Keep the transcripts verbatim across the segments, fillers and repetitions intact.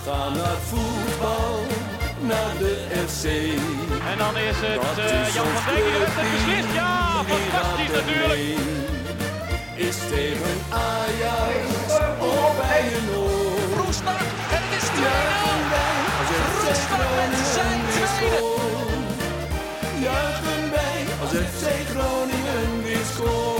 gaan naar voetbal, naar de F C. En dan is het uh, Jan van Dijk die het beslist. Ja, fantastisch natuurlijk. Is tegen Ajax of bij een oor. Roestak en het is twee nul. Roestak met zijn tweede. Juichen wij als F C Groningen weer scoort.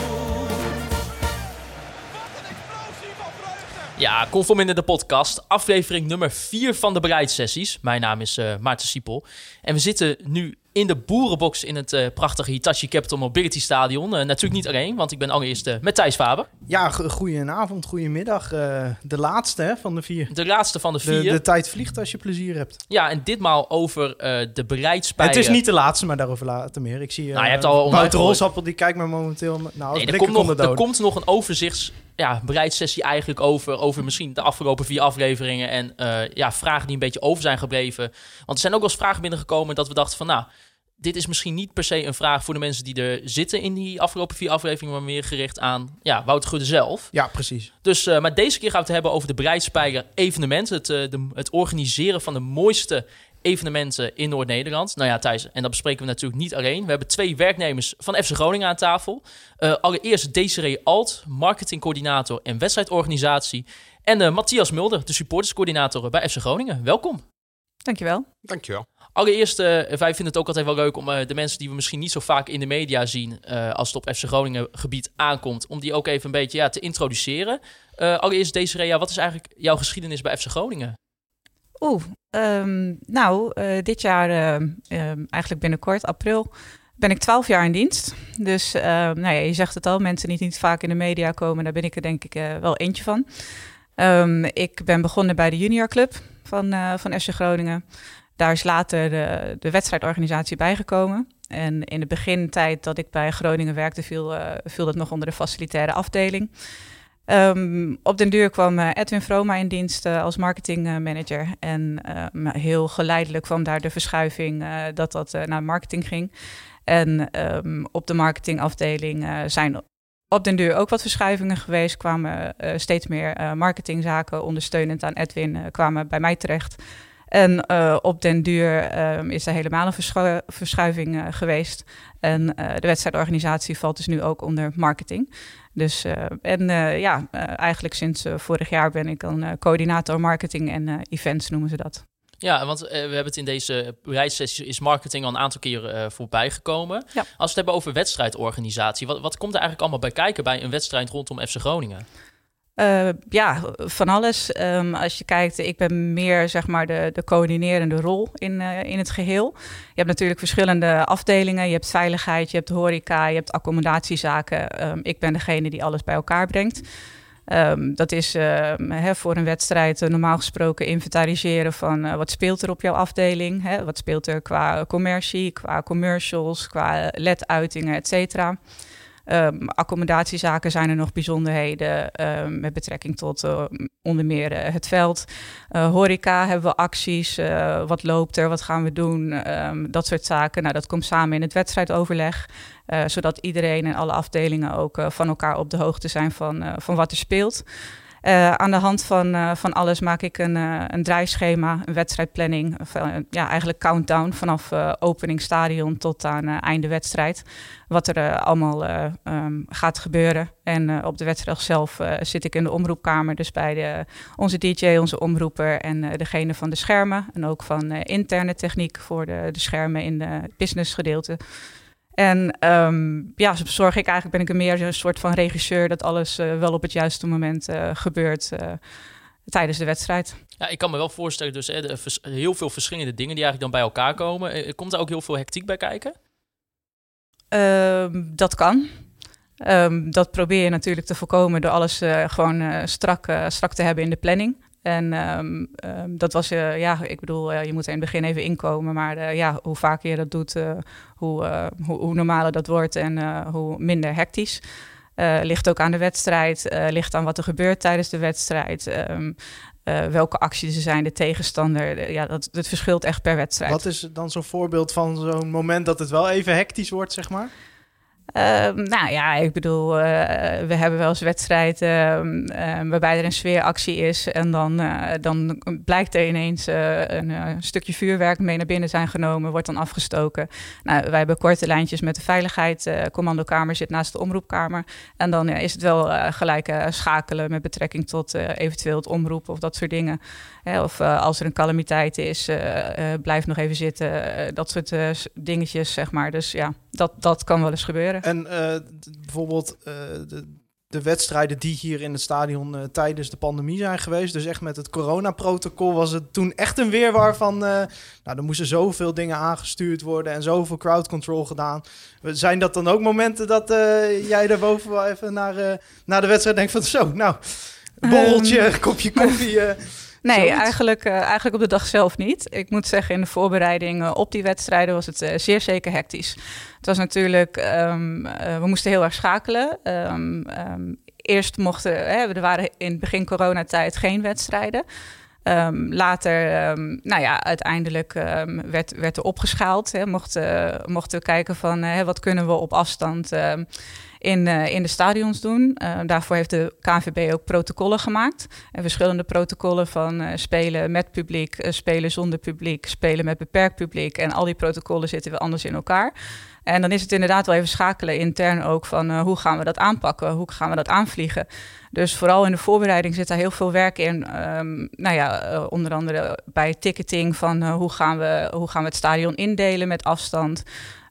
Ja, conform in de podcast, aflevering nummer vier van de bereidsessies. Mijn naam is uh, Maarten Siepel. En we zitten nu in de boerenbox in het uh, prachtige Hitachi Capital Mobility Stadion. Uh, natuurlijk niet alleen, want ik ben allereerst uh, met Thijs Faber. Ja, g- goedenavond, goedemiddag. Uh, de laatste hè, van de vier. De laatste van de vier. De, de tijd vliegt als je plezier hebt. Ja, en ditmaal over uh, de bereidspijlen. Het is niet de laatste, maar daarover later meer. Ik zie uh, nou, je hebt al Wouter Rolsappel, die kijkt me momenteel... Nou, nee, er, komt nog, er komt nog een overzichts... Ja, bereidssessie eigenlijk over, over misschien de afgelopen vier afleveringen en uh, ja, vragen die een beetje over zijn gebleven. Want er zijn ook wel eens vragen binnengekomen dat we dachten van nou, dit is misschien niet per se een vraag voor de mensen die er zitten in die afgelopen vier afleveringen, maar meer gericht aan ja, Wouter Gudde zelf. Ja, precies. Dus, uh, maar deze keer gaan we het hebben over de bereidspijler evenement, het, uh, de, het organiseren van de mooiste evenementen in Noord-Nederland. Nou ja, Thijs, en dat bespreken we natuurlijk niet alleen. We hebben twee werknemers van F C Groningen aan tafel. Uh, allereerst Desiree Alt, marketingcoördinator en wedstrijdorganisatie. En uh, Matthias Mulder, de supporterscoördinator bij F C Groningen. Welkom. Dankjewel. Dankjewel. Allereerst, uh, wij vinden het ook altijd wel leuk om uh, de mensen die we misschien niet zo vaak in de media zien, uh, als het op F C Groningen gebied aankomt, om die ook even een beetje ja, te introduceren. Uh, allereerst Desiree, ja, wat is eigenlijk jouw geschiedenis bij F C Groningen? Oeh, um, nou, uh, dit jaar, uh, um, eigenlijk binnenkort, april, ben ik twaalf jaar in dienst. Dus uh, nou ja, je zegt het al, mensen die niet vaak in de media komen, daar ben ik er denk ik uh, wel eentje van. Um, ik ben begonnen bij de juniorclub van, uh, van F C Groningen. Daar is later de, de wedstrijdorganisatie bijgekomen. En in de begintijd dat ik bij Groningen werkte, viel, uh, viel dat nog onder de facilitaire afdeling. Um, op den duur kwam uh, Edwin Vroma in dienst uh, als marketingmanager. Uh, en uh, heel geleidelijk kwam daar de verschuiving uh, dat dat uh, naar marketing ging. En um, op de marketingafdeling uh, zijn op den duur ook wat verschuivingen geweest. Kwamen uh, steeds meer uh, marketingzaken ondersteunend aan Edwin uh, kwamen bij mij terecht. En uh, op den duur uh, is er helemaal een verschu- verschuiving uh, geweest. En uh, de wedstrijdorganisatie valt dus nu ook onder marketing. Dus, uh, en uh, ja, uh, eigenlijk sinds uh, vorig jaar ben ik dan uh, coördinator marketing en uh, events noemen ze dat. Ja, want uh, we hebben het in deze bereidssessie, is marketing al een aantal keren uh, voorbij gekomen. Ja. Als we het hebben over wedstrijdorganisatie, wat, wat komt er eigenlijk allemaal bij kijken bij een wedstrijd rondom F C Groningen? Uh, ja, van alles. Um, als je kijkt, ik ben meer zeg maar de, de coördinerende rol in, uh, in het geheel. Je hebt natuurlijk verschillende afdelingen. Je hebt veiligheid, je hebt horeca, je hebt accommodatiezaken. Um, ik ben degene die alles bij elkaar brengt. Um, dat is uh, hè, voor een wedstrijd uh, normaal gesproken inventariseren van uh, wat speelt er op jouw afdeling. Hè? Wat speelt er qua commercie, qua commercials, qua L E D-uitingen, et cetera. Um, accommodatiezaken zijn er nog bijzonderheden um, met betrekking tot uh, onder meer uh, het veld. Uh, horeca hebben we acties, uh, wat loopt er, wat gaan we doen, um, dat soort zaken. Nou, dat komt samen in het wedstrijdoverleg, uh, zodat iedereen en alle afdelingen ook uh, van elkaar op de hoogte zijn van, uh, van wat er speelt. Uh, aan de hand van, uh, van alles maak ik een, uh, een draaischema, een wedstrijdplanning. Of, uh, ja, eigenlijk countdown vanaf uh, opening stadion tot aan uh, einde wedstrijd. Wat er uh, allemaal uh, um, gaat gebeuren. En uh, op de wedstrijd zelf uh, zit ik in de omroepkamer. Dus bij de, onze D J, onze omroeper en uh, degene van de schermen. En ook van uh, interne techniek voor de, de schermen in de businessgedeelte. En um, ja, zorg ik eigenlijk, ben ik er meer een soort van regisseur dat alles uh, wel op het juiste moment uh, gebeurt uh, tijdens de wedstrijd. Ja, ik kan me wel voorstellen, dus hè, de, vers, heel veel verschillende dingen die eigenlijk dan bij elkaar komen. Uh, komt er ook heel veel hectiek bij kijken? Uh, dat kan. Um, dat probeer je natuurlijk te voorkomen door alles uh, gewoon uh, strak, uh, strak te hebben in de planning. En um, um, dat was, uh, ja, ik bedoel, uh, je moet er in het begin even inkomen. Maar uh, ja, hoe vaker je dat doet, uh, hoe, uh, hoe, hoe normaler dat wordt en uh, hoe minder hectisch. Uh, ligt ook aan de wedstrijd, uh, ligt aan wat er gebeurt tijdens de wedstrijd. Um, uh, welke acties er zijn, de tegenstander. Uh, ja, dat, dat verschilt echt per wedstrijd. Wat is dan zo'n voorbeeld van zo'n moment dat het wel even hectisch wordt, zeg maar? Uh, nou ja, ik bedoel, uh, we hebben wel eens wedstrijden uh, uh, waarbij er een sfeeractie is. En dan, uh, dan blijkt er ineens uh, een uh, stukje vuurwerk mee naar binnen zijn genomen, wordt dan afgestoken. Nou, wij hebben korte lijntjes met de veiligheid. Uh, commandokamer zit naast de omroepkamer. En dan uh, is het wel uh, gelijk uh, schakelen met betrekking tot uh, eventueel het omroepen of dat soort dingen. Hè, of uh, als er een calamiteit is, uh, uh, blijf nog even zitten. Uh, dat soort uh, dingetjes, zeg maar. Dus ja, dat, dat kan wel eens gebeuren. En uh, d- bijvoorbeeld uh, de, de wedstrijden die hier in het stadion uh, tijdens de pandemie zijn geweest, dus echt met het coronaprotocol, was het toen echt een weerwar van, uh, nou, er moesten zoveel dingen aangestuurd worden en zoveel crowd control gedaan. Zijn dat dan ook momenten dat uh, jij daarboven wel even naar, uh, naar de wedstrijd denkt van zo, nou, borreltje, um, kopje koffie... Uh, Nee, eigenlijk, uh, eigenlijk op de dag zelf niet. Ik moet zeggen, in de voorbereiding uh, op die wedstrijden was het uh, zeer zeker hectisch. Het was natuurlijk, um, uh, we moesten heel erg schakelen. Um, um, eerst mochten, hè, er waren in het begin coronatijd geen wedstrijden. Um, later, um, nou ja, uiteindelijk um, werd, werd er opgeschaald. Hè. Mochten, mochten we kijken van, uh, wat kunnen we op afstand um, in, uh, in de stadions doen. Uh, daarvoor heeft de K N V B ook protocollen gemaakt. En verschillende protocollen van uh, spelen met publiek, uh, spelen zonder publiek, spelen met beperkt publiek. En al die protocollen zitten weer anders in elkaar. En dan is het inderdaad wel even schakelen intern ook van uh, hoe gaan we dat aanpakken, hoe gaan we dat aanvliegen. Dus vooral in de voorbereiding zit daar heel veel werk in. Um, nou ja, uh, onder andere bij ticketing van uh, hoe, gaan we, hoe gaan we het stadion indelen met afstand.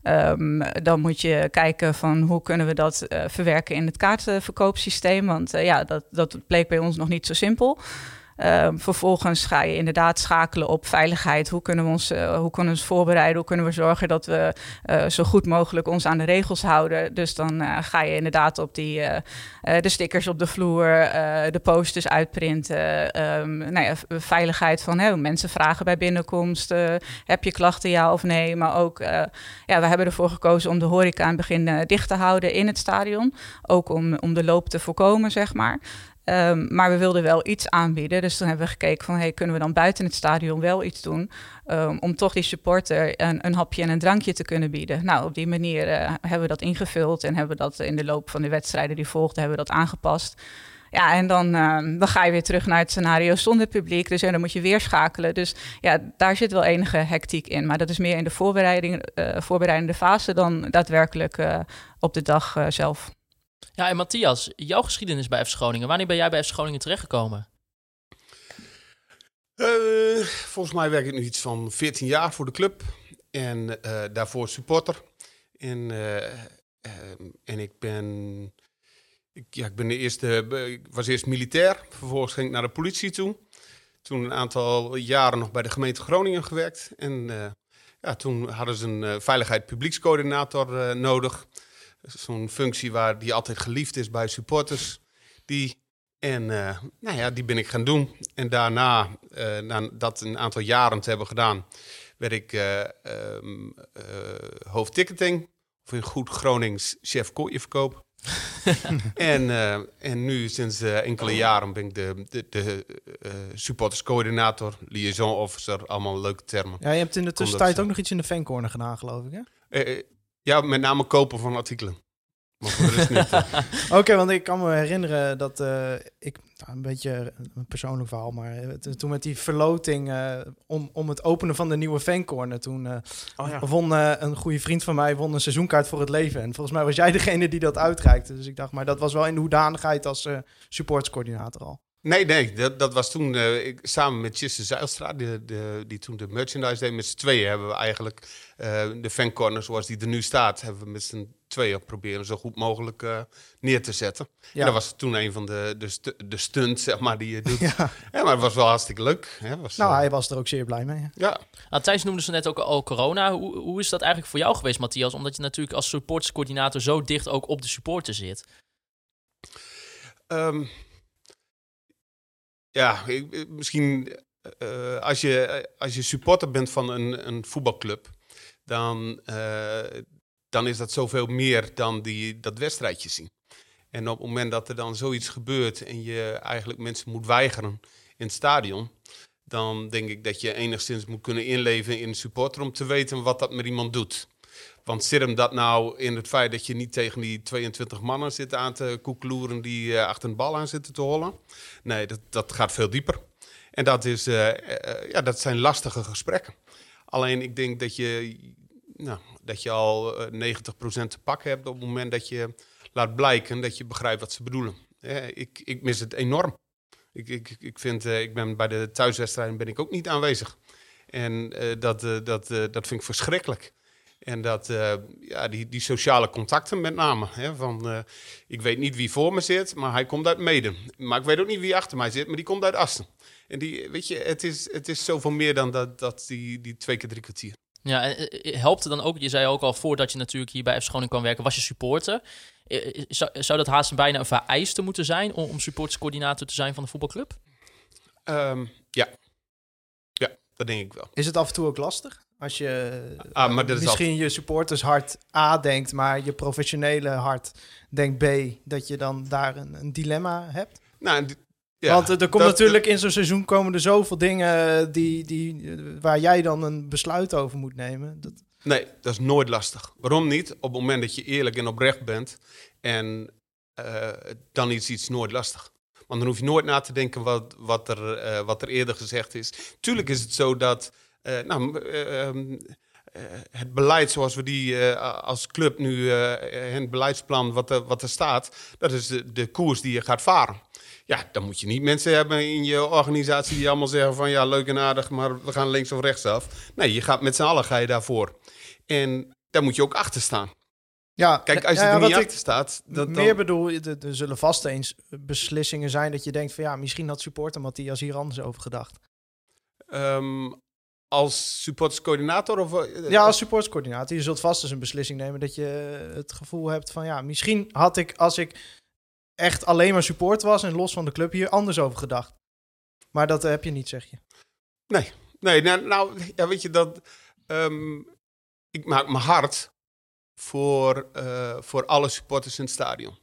Um, dan moet je kijken van hoe kunnen we dat uh, verwerken in het kaartverkoopsysteem. Want uh, ja, dat, dat bleek bij ons nog niet zo simpel. Uh, vervolgens ga je inderdaad schakelen op veiligheid. Hoe kunnen we ons, uh, hoe kunnen we ons voorbereiden? Hoe kunnen we zorgen dat we uh, zo goed mogelijk ons aan de regels houden? Dus dan uh, ga je inderdaad op die, uh, uh, de stickers op de vloer, uh, de posters uitprinten. Um, nou ja, veiligheid van hè, mensen vragen bij binnenkomst. Uh, heb je klachten, ja of nee? Maar ook, uh, ja, we hebben ervoor gekozen om de horeca aan het begin uh, dicht te houden in het stadion. Ook om, om de loop te voorkomen, zeg maar. Um, maar we wilden wel iets aanbieden. Dus toen hebben we gekeken van, hey, kunnen we dan buiten het stadion wel iets doen Um, om toch die supporter een, een hapje en een drankje te kunnen bieden. Nou, op die manier uh, hebben we dat ingevuld en hebben we dat in de loop van de wedstrijden die volgden, hebben we dat aangepast. Ja, en dan, uh, dan ga je weer terug naar het scenario zonder publiek. Dus ja, dan moet je weer schakelen. Dus ja, daar zit wel enige hectiek in. Maar dat is meer in de voorbereiding, uh, voorbereidende fase dan daadwerkelijk uh, op de dag uh, zelf. Ja, en Matthias, jouw geschiedenis bij F C Groningen. Wanneer ben jij bij F C Groningen terechtgekomen? Uh, volgens mij werk ik nu iets van veertien jaar voor de club. En uh, daarvoor supporter. En, uh, uh, en ik ben... Ik, ja, ik ben de eerste... Ik was eerst militair. Vervolgens ging ik naar de politie toe. Toen een aantal jaren nog bij de gemeente Groningen gewerkt. En uh, ja, toen hadden ze een uh, veiligheid publiekscoördinator uh, nodig. Zo'n functie waar die altijd geliefd is bij supporters. Die, en uh, nou ja, die ben ik gaan doen. En daarna, uh, na dat een aantal jaren te hebben gedaan, werd ik uh, um, uh, hoofdticketing. Of in goed Gronings chef kooienverkoop. en, uh, en nu sinds uh, enkele jaren ben ik de, de, de uh, supporterscoördinator, liaison officer, allemaal leuke termen. Ja, je hebt in de tussentijd ook nog iets in de fancorner gedaan, geloof ik, hè? Uh, Ja, met name kopen van artikelen. Maar voor de rest niet. Oké, okay, want ik kan me herinneren dat uh, ik, nou, een beetje een persoonlijk verhaal, maar toen met die verloting uh, om, om het openen van de nieuwe fancorner, toen uh, oh, ja. won uh, een goede vriend van mij won een seizoenkaart voor het leven. En volgens mij was jij degene die dat uitreikte. Dus ik dacht, maar dat was wel in de hoedanigheid als uh, supportscoördinator al. Nee, nee, dat, dat was toen uh, ik, samen met Chisse Zijlstra, de, de, die toen de merchandise deed. Met z'n tweeën hebben we eigenlijk uh, de fancorner zoals die er nu staat, hebben we met z'n tweeën proberen zo goed mogelijk uh, neer te zetten. Ja. En dat was toen een van de, de, stu- de stunts, zeg maar, die je doet. Ja. Ja, maar het was wel hartstikke leuk. Hè? Was, nou, uh, hij was er ook zeer blij mee. Ja. Ja. Nou, Thijs noemde ze net ook al corona. Hoe, hoe is dat eigenlijk voor jou geweest, Matthias? Omdat je natuurlijk als supporterscoördinator zo dicht ook op de supporter zit. Um, Ja, ik, misschien uh, als, je, als je supporter bent van een, een voetbalclub, dan, uh, dan is dat zoveel meer dan die, dat wedstrijdje zien. En op het moment dat er dan zoiets gebeurt en je eigenlijk mensen moet weigeren in het stadion, dan denk ik dat je enigszins moet kunnen inleven in een supporter om te weten wat dat met iemand doet. Want zit hem dat nou in het feit dat je niet tegen die tweeëntwintig mannen zit aan te koekeloeren die uh, achter een bal aan zitten te hollen? Nee, dat, dat gaat veel dieper. En dat, is, uh, uh, ja, dat zijn lastige gesprekken. Alleen ik denk dat je, nou, dat je al uh, negentig procent te pakken hebt op het moment dat je laat blijken dat je begrijpt wat ze bedoelen. Ja, ik, ik mis het enorm. Ik, ik, ik, vind, uh, ik ben bij de thuiswedstrijden ben ik ook niet aanwezig. En uh, dat, uh, dat, uh, dat vind ik verschrikkelijk. En dat, uh, ja, die, die sociale contacten met name. Hè, van, uh, ik weet niet wie voor me zit, maar hij komt uit Meeden. Maar ik weet ook niet wie achter mij zit, maar die komt uit Assen. En die, weet je, het is, het is zoveel meer dan dat, dat die, die twee keer drie kwartier. Ja, en helpt het dan ook, je zei ook al voordat je natuurlijk hier bij F C Groningen kwam werken, was je supporter. Zou, zou dat haast bijna een vereiste moeten zijn om, om supporterscoördinator te zijn van de voetbalclub? Um, ja. Ja, dat denk ik wel. Is het af en toe ook lastig? Als je ah, maar dat misschien is al... je supportershart A denkt, maar je professionele hart denkt B, dat je dan daar een, een dilemma hebt? Nou, ja, Want er komt dat, natuurlijk in zo'n seizoen komen er zoveel dingen die, die, waar jij dan een besluit over moet nemen. Dat... Nee, dat is nooit lastig. Waarom niet? Op het moment dat je eerlijk en oprecht bent en uh, dan is iets nooit lastig. Want dan hoef je nooit na te denken wat, wat, er, uh, wat er eerder gezegd is. Tuurlijk is het zo dat uh, nou, uh, um, uh, het beleid zoals we die uh, als club nu, uh, het beleidsplan wat er, wat er staat, dat is de, de koers die je gaat varen. Ja, dan moet je niet mensen hebben in je organisatie die allemaal zeggen van ja, leuk en aardig, maar we gaan links of rechts af. Nee, je gaat met z'n allen ga je daarvoor. En daar moet je ook achter staan. Ja, kijk, als je ja, er niet ik achter staat... Dat, meer dan... bedoel, er, er zullen vast eens beslissingen zijn dat je denkt van ja, misschien had supporter Matthias hier anders over gedacht. Um, als supporterscoördinator? Of, uh, ja, als supporterscoördinator. Je zult vast eens een beslissing nemen dat je het gevoel hebt van ja, misschien had ik, als ik echt alleen maar support was en los van de club, hier anders over gedacht. Maar dat uh, heb je niet, zeg je. Nee, nee nou, nou ja, weet je dat... Um, ik maak me hard voor, uh, voor alle supporters in het stadion.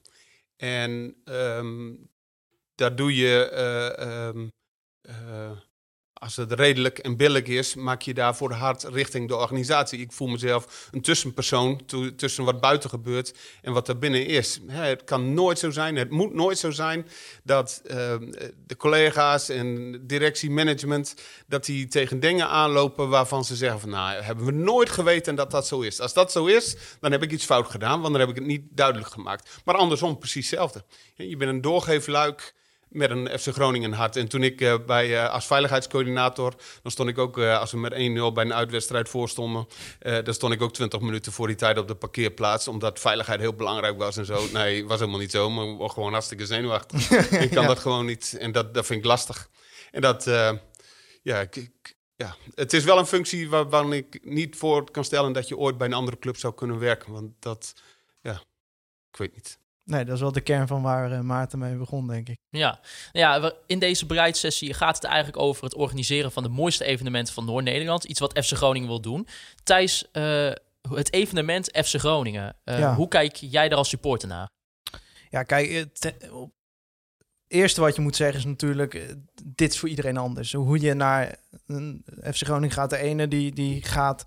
En um, dat doe je... Uh, um, uh, als het redelijk en billig is, maak je daarvoor hard richting de organisatie. Ik voel mezelf een tussenpersoon to, tussen wat buiten gebeurt en wat er binnen is. He, het kan nooit zo zijn, het moet nooit zo zijn dat uh, de collega's en directie, management, dat die tegen dingen aanlopen waarvan ze zeggen van nou, hebben we nooit geweten dat dat zo is. Als dat zo is, dan heb ik iets fout gedaan, want dan heb ik het niet duidelijk gemaakt. Maar andersom precies hetzelfde. Je bent een doorgeefluik met een F C Groningen hart. En toen ik uh, bij, uh, als veiligheidscoördinator, dan stond ik ook, uh, als we met één nul bij een uitwedstrijd voorstonden, uh, dan stond ik ook twintig minuten voor die tijd op de parkeerplaats, omdat veiligheid heel belangrijk was en zo. Nee, was helemaal niet zo, maar ik was gewoon hartstikke zenuwachtig. Ik kan ja. dat gewoon niet. En dat, dat vind ik lastig. En dat, uh, ja, ik, ik, ja, het is wel een functie waarvan ik niet voor kan stellen dat je ooit bij een andere club zou kunnen werken. Want dat, ja, ik weet niet. Nee, dat is wel de kern van waar uh, Maarten mee begon, denk ik. Ja, ja, in deze bereidssessie gaat het eigenlijk over het organiseren van de mooiste evenementen van Noord-Nederland. Iets wat F C Groningen wil doen. Thijs, uh, het evenement F C Groningen. Uh, ja. Hoe kijk jij daar als supporter naar? Ja, kijk, het eerste wat je moet zeggen is natuurlijk, uh, dit is voor iedereen anders. Hoe je naar een F C Groningen gaat, de ene die, die gaat...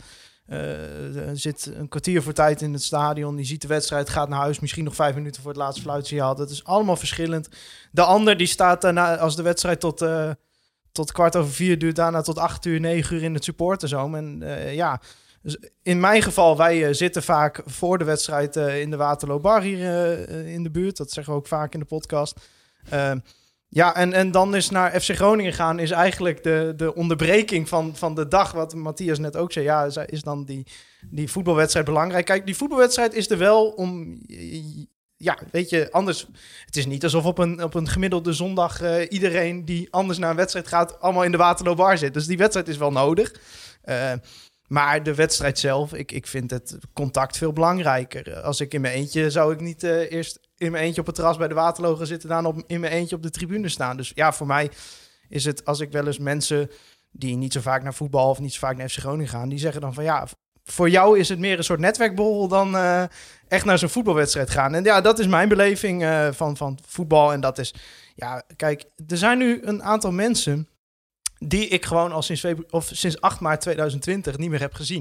Uh, zit een kwartier voor tijd in het stadion, die ziet de wedstrijd, gaat naar huis, misschien nog vijf minuten voor het laatste fluitsignaal. Dat is allemaal verschillend. De ander die staat daarna, als de wedstrijd tot, uh, tot kwart over vier duurt, daarna tot acht uur, negen uur in het supporterzoom. En uh, ja, dus in mijn geval, wij uh, zitten vaak voor de wedstrijd uh, in de Waterloo Bar hier uh, in de buurt. Dat zeggen we ook vaak in de podcast. Uh, Ja, en, en dan is naar F C Groningen gaan is eigenlijk de, de onderbreking van, van de dag, wat Matthias net ook zei. Ja, is dan die, die voetbalwedstrijd belangrijk? Kijk, die voetbalwedstrijd is er wel om... Ja, weet je, anders... Het is niet alsof op een, op een gemiddelde zondag uh, iedereen die anders naar een wedstrijd gaat allemaal in de Waterloo Bar zit. Dus die wedstrijd is wel nodig. Uh, maar de wedstrijd zelf, ik, ik vind het contact veel belangrijker. Als ik in mijn eentje zou ik niet uh, eerst in mijn eentje op het terras bij de Waterloo gaan zitten, dan op, in mijn eentje op de tribune staan. Dus ja, voor mij is het, als ik wel eens mensen die niet zo vaak naar voetbal of niet zo vaak naar F C Groningen gaan, die zeggen dan van ja, voor jou is het meer een soort netwerkborrel dan uh, echt naar zo'n voetbalwedstrijd gaan. En ja, dat is mijn beleving uh, van, van voetbal. En dat is, ja, kijk, er zijn nu een aantal mensen die ik gewoon al sinds, februari, of sinds acht maart tweeduizend twintig niet meer heb gezien.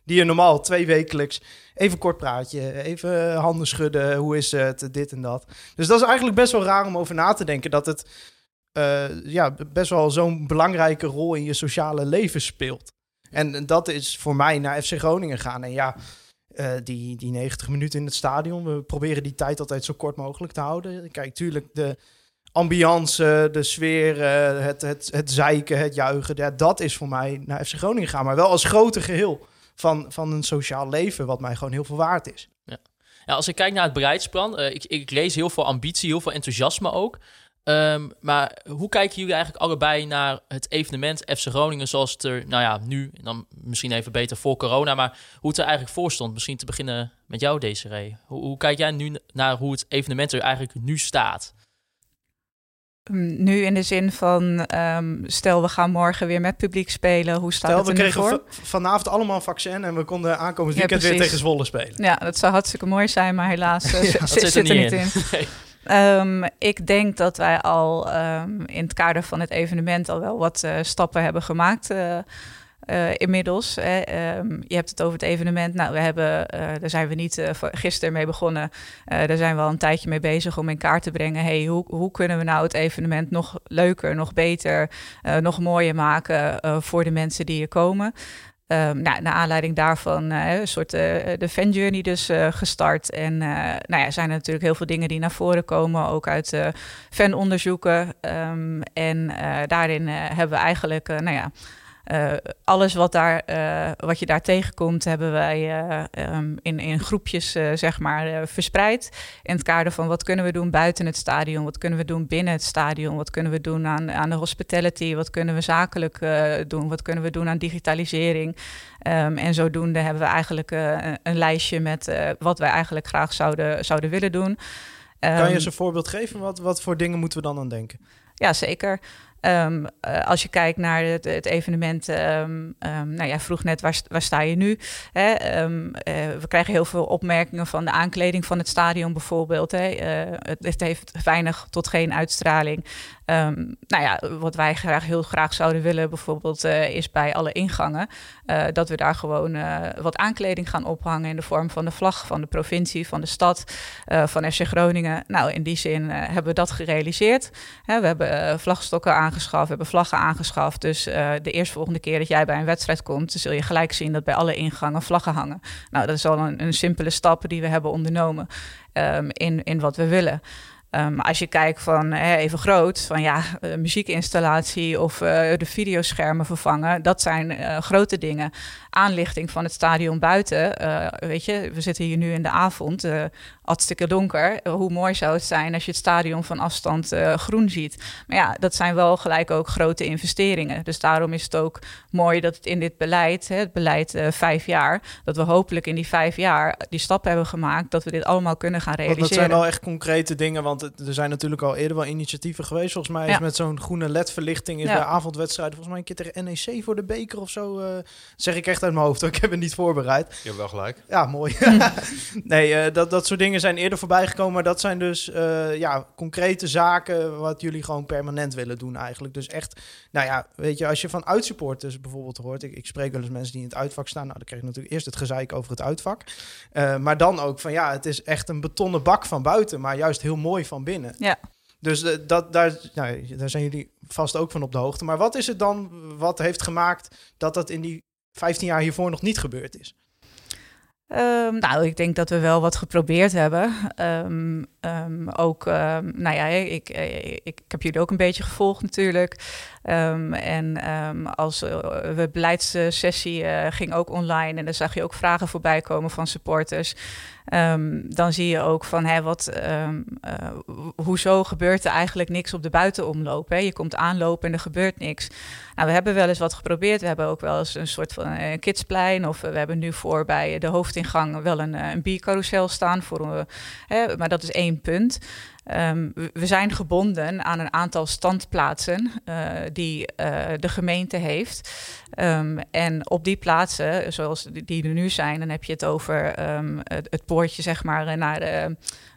die je normaal twee wekelijks even kort praatje, even handen schudden, hoe is het, dit en dat. Dus dat is eigenlijk best wel raar om over na te denken dat het uh, ja, best wel zo'n belangrijke rol in je sociale leven speelt. En dat is voor mij naar F C Groningen gaan. En ja, uh, die, die negentig minuten in het stadion, we proberen die tijd altijd zo kort mogelijk te houden. Kijk, tuurlijk de ambiance, de sfeer, uh, het, het, het zeiken, het juichen, ja, dat is voor mij naar F C Groningen gaan. Maar wel als grote geheel van, van een sociaal leven, wat mij gewoon heel veel waard is. Ja. Ja, als ik kijk naar het beleidsplan, uh, ik, ik lees heel veel ambitie, heel veel enthousiasme ook. Um, maar hoe kijken jullie eigenlijk allebei naar het evenement F C Groningen zoals het er, nou ja, nu, dan misschien even beter voor corona, maar hoe het er eigenlijk voor stond? Misschien te beginnen met jou, Desiree. Hoe, hoe kijk jij nu naar hoe het evenement er eigenlijk nu staat? Nu in de zin van, um, stel we gaan morgen weer met publiek spelen, hoe staat stel, het er nu voor? we kregen v- vanavond allemaal een vaccin en we konden aankomend weekend ja, weer tegen Zwolle spelen. Ja, dat zou hartstikke mooi zijn, maar helaas uh, ja, zit, zit er niet in. in. Nee. Um, ik denk dat wij al um, in het kader van het evenement al wel wat uh, stappen hebben gemaakt uh, uh, inmiddels. Hè. Um, je hebt het over het evenement. Nou, we hebben, uh, daar zijn we niet uh, gisteren mee begonnen. Uh, daar zijn we al een tijdje mee bezig om in kaart te brengen. Hey, hoe, hoe kunnen we nou het evenement nog leuker, nog beter, uh, nog mooier maken uh, voor de mensen die hier komen? Um, nou, naar aanleiding daarvan uh, een soort uh, de fanjourney dus uh, gestart. En uh, nou ja, zijn er natuurlijk heel veel dingen die naar voren komen, ook uit uh, fanonderzoeken. Um, en uh, daarin uh, hebben we eigenlijk, uh, nou ja, uh, alles wat, daar, uh, wat je daar tegenkomt, hebben wij uh, um, in, in groepjes uh, zeg maar uh, verspreid. In het kader van wat kunnen we doen buiten het stadion, wat kunnen we doen binnen het stadion, wat kunnen we doen aan, aan de hospitality, wat kunnen we zakelijk uh, doen, wat kunnen we doen aan digitalisering. Um, en zodoende hebben we eigenlijk uh, een lijstje met uh, wat wij eigenlijk graag zouden, zouden willen doen. Um, kan je eens een voorbeeld geven? Wat, wat voor dingen moeten we dan aan denken? Ja, zeker. Um, uh, als je kijkt naar het, het evenement, um, um, nou ja, vroeg net, waar, waar sta je nu? Hè? Um, uh, we krijgen heel veel opmerkingen van de aankleding van het stadion bijvoorbeeld. Hè? Uh, het, het heeft weinig tot geen uitstraling. Um, nou ja, wat wij graag, heel graag zouden willen bijvoorbeeld uh, is bij alle ingangen uh, dat we daar gewoon uh, wat aankleding gaan ophangen in de vorm van de vlag van de provincie, van de stad, uh, van F C Groningen. Nou, in die zin uh, hebben we dat gerealiseerd. Hè, we hebben uh, vlagstokken aangeschaft, we hebben vlaggen aangeschaft. Dus uh, de eerstvolgende keer dat jij bij een wedstrijd komt, dan zul je gelijk zien dat bij alle ingangen vlaggen hangen. Nou, dat is al een, een simpele stap die we hebben ondernomen um, in, in wat we willen. Um, als je kijkt van hè, even groot, van ja, uh, muziekinstallatie of uh, de videoschermen vervangen, dat zijn uh, grote dingen. Aanlichting van het stadion buiten, uh, weet je, we zitten hier nu in de avond, uh, hartstikke donker. Uh, hoe mooi zou het zijn als je het stadion van afstand uh, groen ziet. Maar ja, dat zijn wel gelijk ook grote investeringen. Dus daarom is het ook mooi dat het in dit beleid, hè, het beleid uh, vijf jaar, dat we hopelijk in die vijf jaar die stap hebben gemaakt, dat we dit allemaal kunnen gaan realiseren. Want dat zijn wel echt concrete dingen, want er zijn natuurlijk al eerder wel initiatieven geweest. Volgens mij is ja. met zo'n groene L E D-verlichting is ja. bij avondwedstrijden volgens mij een keer tegen N E C voor de beker of zo. Uh, zeg ik echt uit mijn hoofd, hoor. Ik heb het niet voorbereid. Je hebt wel gelijk. Ja, mooi. nee, uh, dat, dat soort dingen zijn eerder voorbij gekomen, maar dat zijn dus uh, ja, concrete zaken wat jullie gewoon permanent willen doen eigenlijk. Dus echt, nou ja, weet je, als je van uitsupporters bijvoorbeeld hoort, ik, ik spreek wel eens mensen die in het uitvak staan, nou dan krijg je natuurlijk eerst het gezeik over het uitvak. Uh, maar dan ook van ja, het is echt een betonnen bak van buiten, maar juist heel mooi van binnen. Ja. Dus uh, dat, daar, nou, daar zijn jullie vast ook van op de hoogte. Maar wat is het dan wat heeft gemaakt dat dat in die vijftien jaar hiervoor nog niet gebeurd is? Um, nou, ik denk dat we wel wat geprobeerd hebben. Um, um, ook, um, nou ja, ik, ik, ik, ik heb jullie ook een beetje gevolgd natuurlijk. Um, en um, als uh, we beleidssessie uh, ging ook online en dan zag je ook vragen voorbij komen van supporters. Um, dan zie je ook van, hè, wat, um, uh, hoezo gebeurt er eigenlijk niks op de buitenomloop? Hè? Je komt aanlopen en er gebeurt niks. Nou, we hebben wel eens wat geprobeerd. We hebben ook wel eens een soort van uh, kidsplein. Of uh, we hebben nu voor bij de hoofdingang wel een, uh, een biercarousel staan. Voor, uh, hè, maar dat is één punt. Um, we zijn gebonden aan een aantal standplaatsen uh, die uh, de gemeente heeft. Um, en op die plaatsen, zoals die er nu zijn, dan heb je het over um, het, het poortje zeg maar naar de,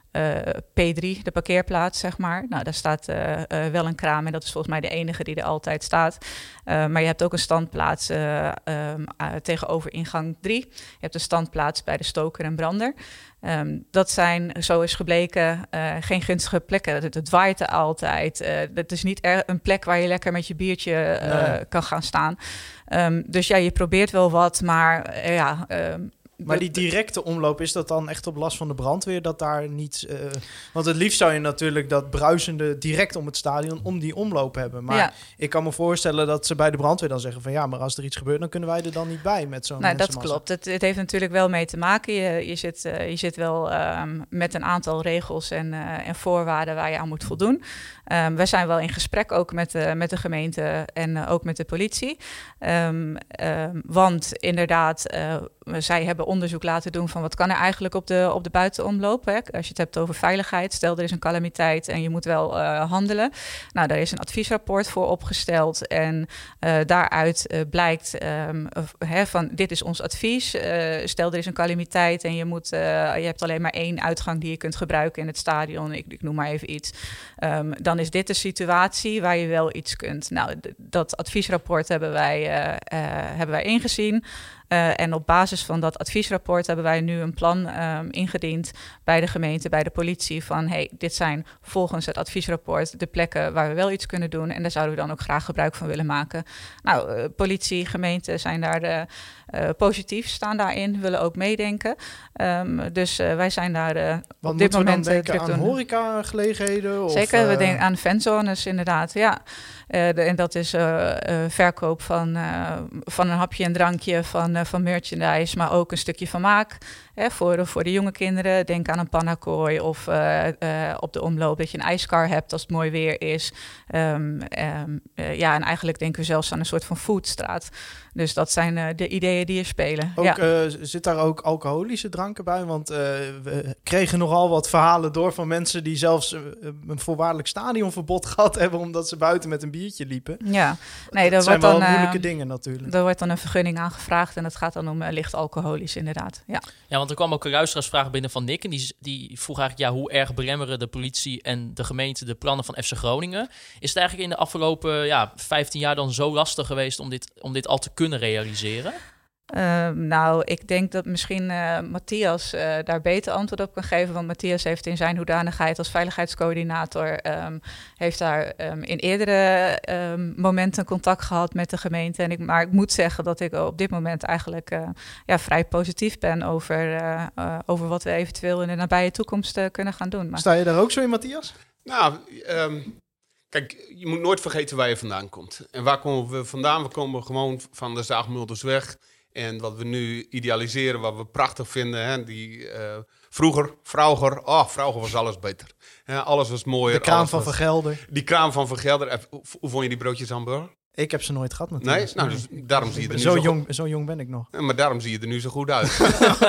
uh, P drie, de parkeerplaats, zeg maar. Nou, daar staat uh, uh, wel een kraam en dat is volgens mij de enige die er altijd staat. Uh, maar je hebt ook een standplaats uh, um, uh, tegenover ingang drie. Je hebt een standplaats bij de stoker en brander. Um, dat zijn, zo is gebleken, uh, geen gunstige plekken. Het, het waait er altijd. Uh, het is niet er, een plek waar je lekker met je biertje uh, nee. kan gaan staan. Um, dus ja, je probeert wel wat, maar uh, ja... Um, Maar die directe omloop, is dat dan echt op last van de brandweer? Dat daar niet... Uh, want het liefst zou je natuurlijk dat bruisende direct om het stadion om die omloop hebben. Maar ja. ik kan me voorstellen dat ze bij de brandweer dan zeggen van ja, maar als er iets gebeurt, dan kunnen wij er dan niet bij met zo'n Nou, dat klopt. Het, het heeft natuurlijk wel mee te maken. Je, je, zit, uh, je zit wel um, met een aantal regels en, uh, en voorwaarden waar je aan moet voldoen. Um, we zijn wel in gesprek ook met de, met de gemeente en uh, ook met de politie. Um, um, want inderdaad, uh, zij hebben onderzoek laten doen van wat kan er eigenlijk op de, op de buitenomloop. Hè? Als je het hebt over veiligheid, stel er is een calamiteit en je moet wel uh, handelen. Nou, daar is een adviesrapport voor opgesteld en uh, daaruit uh, blijkt um, hè, van dit is ons advies. Uh, stel er is een calamiteit en je, moet, uh, je hebt alleen maar één uitgang die je kunt gebruiken in het stadion. Ik, ik noem maar even iets. Um, dan is dit de situatie waar je wel iets kunt. Nou, d- dat adviesrapport hebben wij, uh, uh, hebben wij ingezien. Uh, en op basis van dat adviesrapport hebben wij nu een plan um, ingediend bij de gemeente, bij de politie. Van hey, dit zijn volgens het adviesrapport de plekken waar we wel iets kunnen doen. En daar zouden we dan ook graag gebruik van willen maken. Nou, uh, politie, gemeente zijn daar de, uh, positief, staan daarin, willen ook meedenken. Um, dus uh, wij zijn daar uh, op dit moment we dan denken aan horecagelegenheden? Zeker, of, uh... we denken aan fanzones inderdaad, ja. Uh, de, en dat is uh, uh, verkoop van, uh, van een hapje en drankje, van, uh, van merchandise, maar ook een stukje vermaak. Hè, voor, voor de jonge kinderen, denk aan een pannakooi of uh, uh, op de omloop dat je een ijskar hebt als het mooi weer is. Um, um, uh, ja, en eigenlijk denken we zelfs aan een soort van foodstraat. Dus dat zijn uh, de ideeën die er spelen. Ook, ja. uh, zit daar ook alcoholische dranken bij? Want uh, we kregen nogal wat verhalen door van mensen die zelfs uh, een voorwaardelijk stadionverbod gehad hebben omdat ze buiten met een biertje liepen. Ja, nee, dat zijn wordt wel dan, moeilijke uh, dingen natuurlijk. Er wordt dan een vergunning aangevraagd en het gaat dan om uh, licht alcoholisch inderdaad. Ja. ja, want er kwam ook een luisteraarsvraag binnen van Nick en die, die vroeg eigenlijk ja, hoe erg belemmeren de politie en de gemeente de plannen van F C Groningen? Is het eigenlijk in de afgelopen ja, vijftien jaar dan zo lastig geweest om dit, om dit al te kunnen realiseren? Uh, nou, ik denk dat misschien uh, Matthias uh, daar beter antwoord op kan geven. Want Matthias heeft in zijn hoedanigheid als veiligheidscoördinator... Um, heeft daar um, in eerdere um, momenten contact gehad met de gemeente. En ik, maar ik moet zeggen dat ik op dit moment eigenlijk uh, ja, vrij positief ben... Over, uh, uh, over wat we eventueel in de nabije toekomst uh, kunnen gaan doen. Maar... Sta je daar ook zo in, Matthias? Nou, um, kijk, je moet nooit vergeten waar je vandaan komt. En waar komen we vandaan? We komen gewoon van de Zaagmuldersweg... En wat we nu idealiseren, wat we prachtig vinden, hè, die uh, vroeger, Vrauger, oh, Vrauger was alles beter. Hè, alles was mooier. De kraam van was, Van Gelder. Die kraam van Van Gelder. Hoe, hoe vond je die broodjes hamburger? Ik heb ze nooit gehad natuurlijk. Nee? Nou, dus daarom zie je er nu zo, zo jong, zo jong ben ik nog. Maar daarom zie je er nu zo goed uit.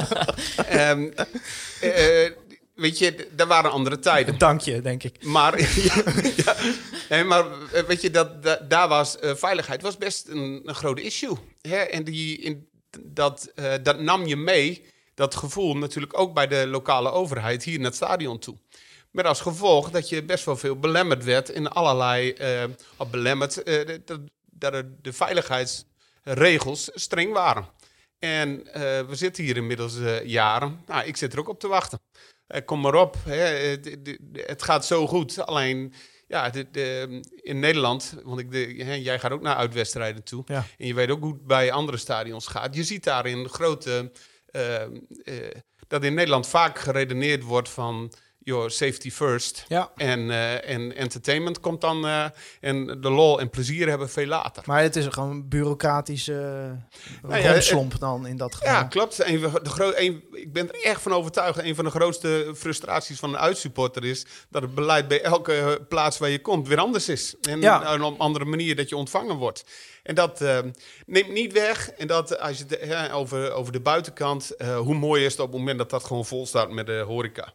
um, uh, weet je, daar waren andere tijden. Dank je, denk ik. Maar, ja, ja, nee, maar weet je, dat, dat, daar was uh, veiligheid was best een, een groot issue. Hè? En die, in, dat, uh, dat nam je mee, dat gevoel natuurlijk ook bij de lokale overheid hier naar het stadion toe. Met als gevolg dat je best wel veel belemmerd werd in allerlei, uh, of belemmerd, uh, dat, dat de veiligheidsregels streng waren. En uh, we zitten hier inmiddels uh, jaren, nou, ik zit er ook op te wachten. Uh, kom maar op, hè. Het, het, het gaat zo goed, alleen... Ja, de, de, in Nederland, want ik de, hè, jij gaat ook naar uitwedstrijden toe. Ja. En je weet ook hoe het bij andere stadions gaat. Je ziet daarin grote... Uh, uh, dat in Nederland vaak geredeneerd wordt van... Joh, safety first. Ja. En, uh, en entertainment komt dan... Uh, en de lol en plezier hebben veel later. Maar het is gewoon een bureaucratische uh, nou ja, romslomp dan in dat geval. Ja, klopt. Een, de gro- een, ik ben er echt van overtuigd. Een van de grootste frustraties van een uitsupporter is... dat het beleid bij elke plaats waar je komt weer anders is. En ja. op een andere manier dat je ontvangen wordt. En dat uh, neemt niet weg. En dat als je de, ja, over, over de buitenkant... Uh, hoe mooi is het op het moment dat dat gewoon vol staat met de horeca.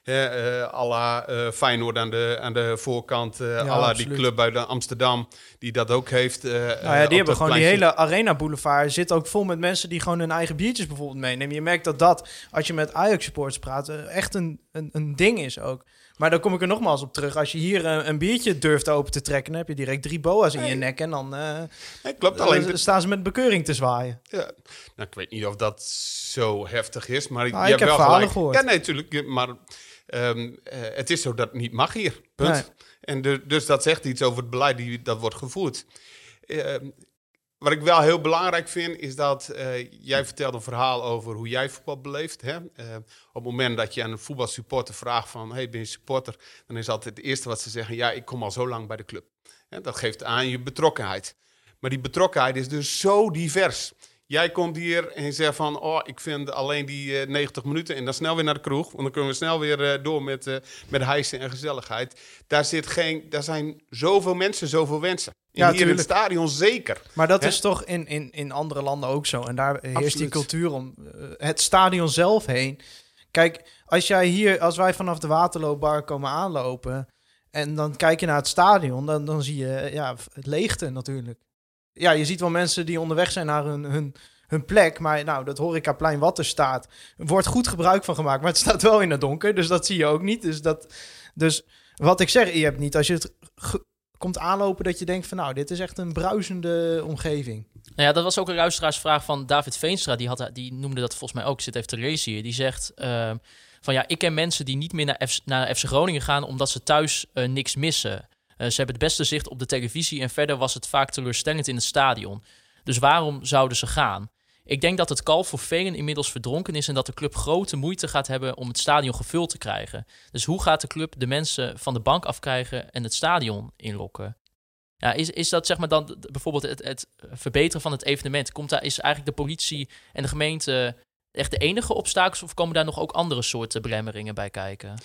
Hè, uh, à la uh, Feyenoord aan de, aan de voorkant. Uh, Ja, à la die absoluut. club uit Amsterdam die dat ook heeft. Uh, Nou ja, uh, die op hebben dat gewoon die pleintje. hele Arena Boulevard zit ook vol met mensen die gewoon hun eigen biertjes bijvoorbeeld meenemen. Je merkt dat dat, als je met Ajax supporters praat, uh, echt een, een, een ding is ook. Maar dan kom ik er nogmaals op terug. Als je hier uh, een biertje durft open te trekken, dan heb je direct drie boa's in Nee. je nek en dan uh, Nee, klopt. uh, Alleen, staan ze met bekeuring te zwaaien. ja, nou, ik weet niet of dat zo heftig is, maar Nou, je ik hebt heb wel verhalen gelijk. gehoord. Ja, nee, natuurlijk. Maar um, uh, het is zo dat het niet mag hier. Punt. Nee. En de, dus dat zegt iets over het beleid die, dat wordt gevoerd. Uh, wat ik wel heel belangrijk vind, is dat uh, jij vertelt een verhaal over hoe jij voetbal beleeft. Hè? Uh, op het moment dat je aan een voetbalsupporter vraagt van, hey, ben je supporter? Dan is altijd het eerste wat ze zeggen, ja, ik kom al zo lang bij de club. Hè? Dat geeft aan je betrokkenheid. Maar die betrokkenheid is dus zo divers. Jij komt hier en je zegt van, oh, ik vind alleen die uh, negentig minuten en dan snel weer naar de kroeg. Want dan kunnen we snel weer uh, door met, uh, met hijsen en gezelligheid. Daar, zit geen, daar zijn zoveel mensen, zoveel wensen. En Ja, hier in het tuurlijk. stadion zeker. Maar dat Hè? is toch in, in, in andere landen ook zo. En daar heerst die Absoluut. cultuur om uh, het stadion zelf heen. Kijk, als jij hier, als wij vanaf de Waterloobar komen aanlopen en dan kijk je naar het stadion, dan, dan zie je ja, het leegte natuurlijk. Ja, je ziet wel mensen die onderweg zijn naar hun, hun, hun plek, maar nou, dat horecaplein wat er staat, wordt goed gebruik van gemaakt, maar het staat wel in het donker, dus dat zie je ook niet. Dus, dat, dus wat ik zeg, je hebt niet, als je het ge- komt aanlopen, dat je denkt van nou, dit is echt een bruisende omgeving. Nou ja, dat was ook een luisteraarsvraag van David Veenstra. Die, had, die noemde dat volgens mij ook. Ik zit even te lezen hier. Die zegt uh, van ja, ik ken mensen die niet meer naar, F, naar F C Groningen gaan omdat ze thuis uh, niks missen. Uh, ze hebben het beste zicht op de televisie en verder was het vaak teleurstellend in het stadion. Dus waarom zouden ze gaan? Ik denk dat het kalf voor velen inmiddels verdronken is en dat de club grote moeite gaat hebben om het stadion gevuld te krijgen. Dus hoe gaat de club de mensen van de bank afkrijgen en het stadion inlokken? Ja, is, is dat zeg maar dan bijvoorbeeld het, het verbeteren van het evenement? Komt daar, is eigenlijk de politie en de gemeente echt de enige obstakels of komen daar nog ook andere soorten belemmeringen bij kijken?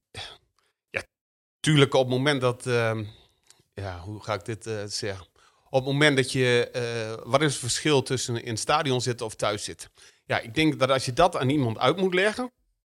Ja, tuurlijk op het moment dat, uh, ja, hoe ga ik dit uh, zeggen? Op het moment dat je, uh, wat is het verschil tussen in het stadion zitten of thuis zitten? Ja, ik denk dat als je dat aan iemand uit moet leggen,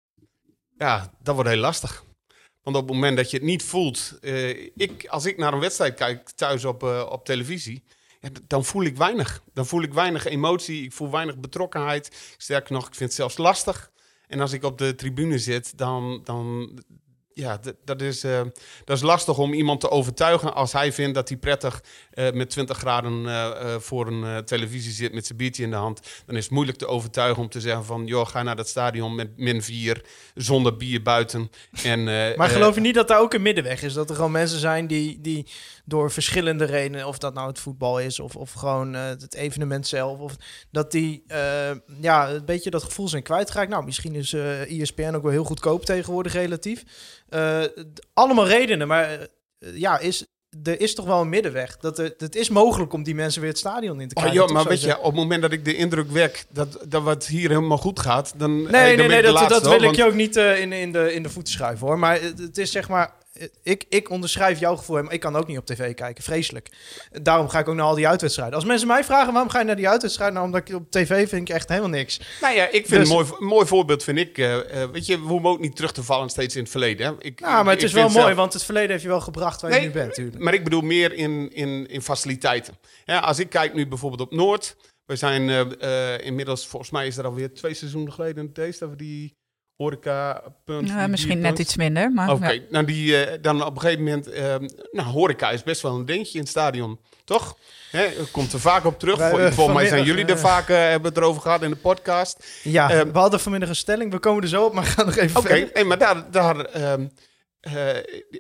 ja, dat wordt heel lastig. Want op het moment dat je het niet voelt, uh, ik, als ik naar een wedstrijd kijk thuis op, uh, op televisie, ja, dan voel ik weinig. Dan voel ik weinig emotie, ik voel weinig betrokkenheid. Sterker nog, ik vind het zelfs lastig. En als ik op de tribune zit, dan, dan ja, d- dat, is, uh, dat is lastig om iemand te overtuigen als hij vindt dat hij prettig uh, met twintig graden uh, uh, voor een uh, televisie zit met zijn biertje in de hand. Dan is het moeilijk te overtuigen om te zeggen van, joh, ga naar dat stadion met min vier, zonder bier buiten. En, uh, Maar uh, geloof je niet dat daar ook een middenweg is? Dat er gewoon mensen zijn die, die door verschillende redenen, of dat nou het voetbal is of, of gewoon uh, het evenement zelf, of dat die uh, ja, een beetje dat gevoel zijn kwijtgeraakt. Nou, misschien is uh, E S P N ook wel heel goedkoop tegenwoordig relatief. Uh, d- allemaal redenen, maar uh, ja, is, er is toch wel een middenweg. Dat er, het is mogelijk om die mensen weer het stadion in te Oh, krijgen. joh, toch, maar zou weet je, op het moment dat ik de indruk wek dat, dat wat hier helemaal goed gaat, dan, Nee, hey, nee, dan ben nee, ik de dat, laatste, dat hoor, wil ik want- je ook niet uh, in, in, de, in de voeten schuiven, hoor. Maar het, het is zeg maar, ik, ik onderschrijf jouw gevoel, maar ik kan ook niet op tv kijken. Vreselijk. Daarom ga ik ook naar al die uitwedstrijden. Als mensen mij vragen, waarom ga je naar die uitwedstrijden? Nou, omdat ik op tv vind ik echt helemaal niks. Nou ja, ik vind Dus- een mooi, een mooi voorbeeld, vind ik. Uh, uh, weet je, we hoeven ook niet terug te vallen steeds in het verleden. Hè? Ik, Nou, maar het ik is wel vind mooi, zelf- want het verleden heeft je wel gebracht waar Nee, je nu bent, natuurlijk. Maar ik bedoel meer in, in, in faciliteiten. Ja, als ik kijk nu bijvoorbeeld op Noord. We zijn uh, uh, inmiddels, volgens mij is dat alweer twee seizoenen geleden deze, dat we die horeca-punt... Ja, die misschien net bierpunt- iets minder, maar Oké, ja. nou die, uh, dan op een gegeven moment... Uh, nou, horeca is best wel een dingetje in het stadion, toch? Hè, er komt er vaak op terug. Wij, Vol- uh, Volgens mij zijn vanmiddag, jullie er uh, vaak, uh, hebben het erover gehad in de podcast. Ja, Ehm, we hadden vanmiddag een stelling. We komen er zo op, maar gaan nog even Oké, verder. hey, maar daar... daar ehm, uh,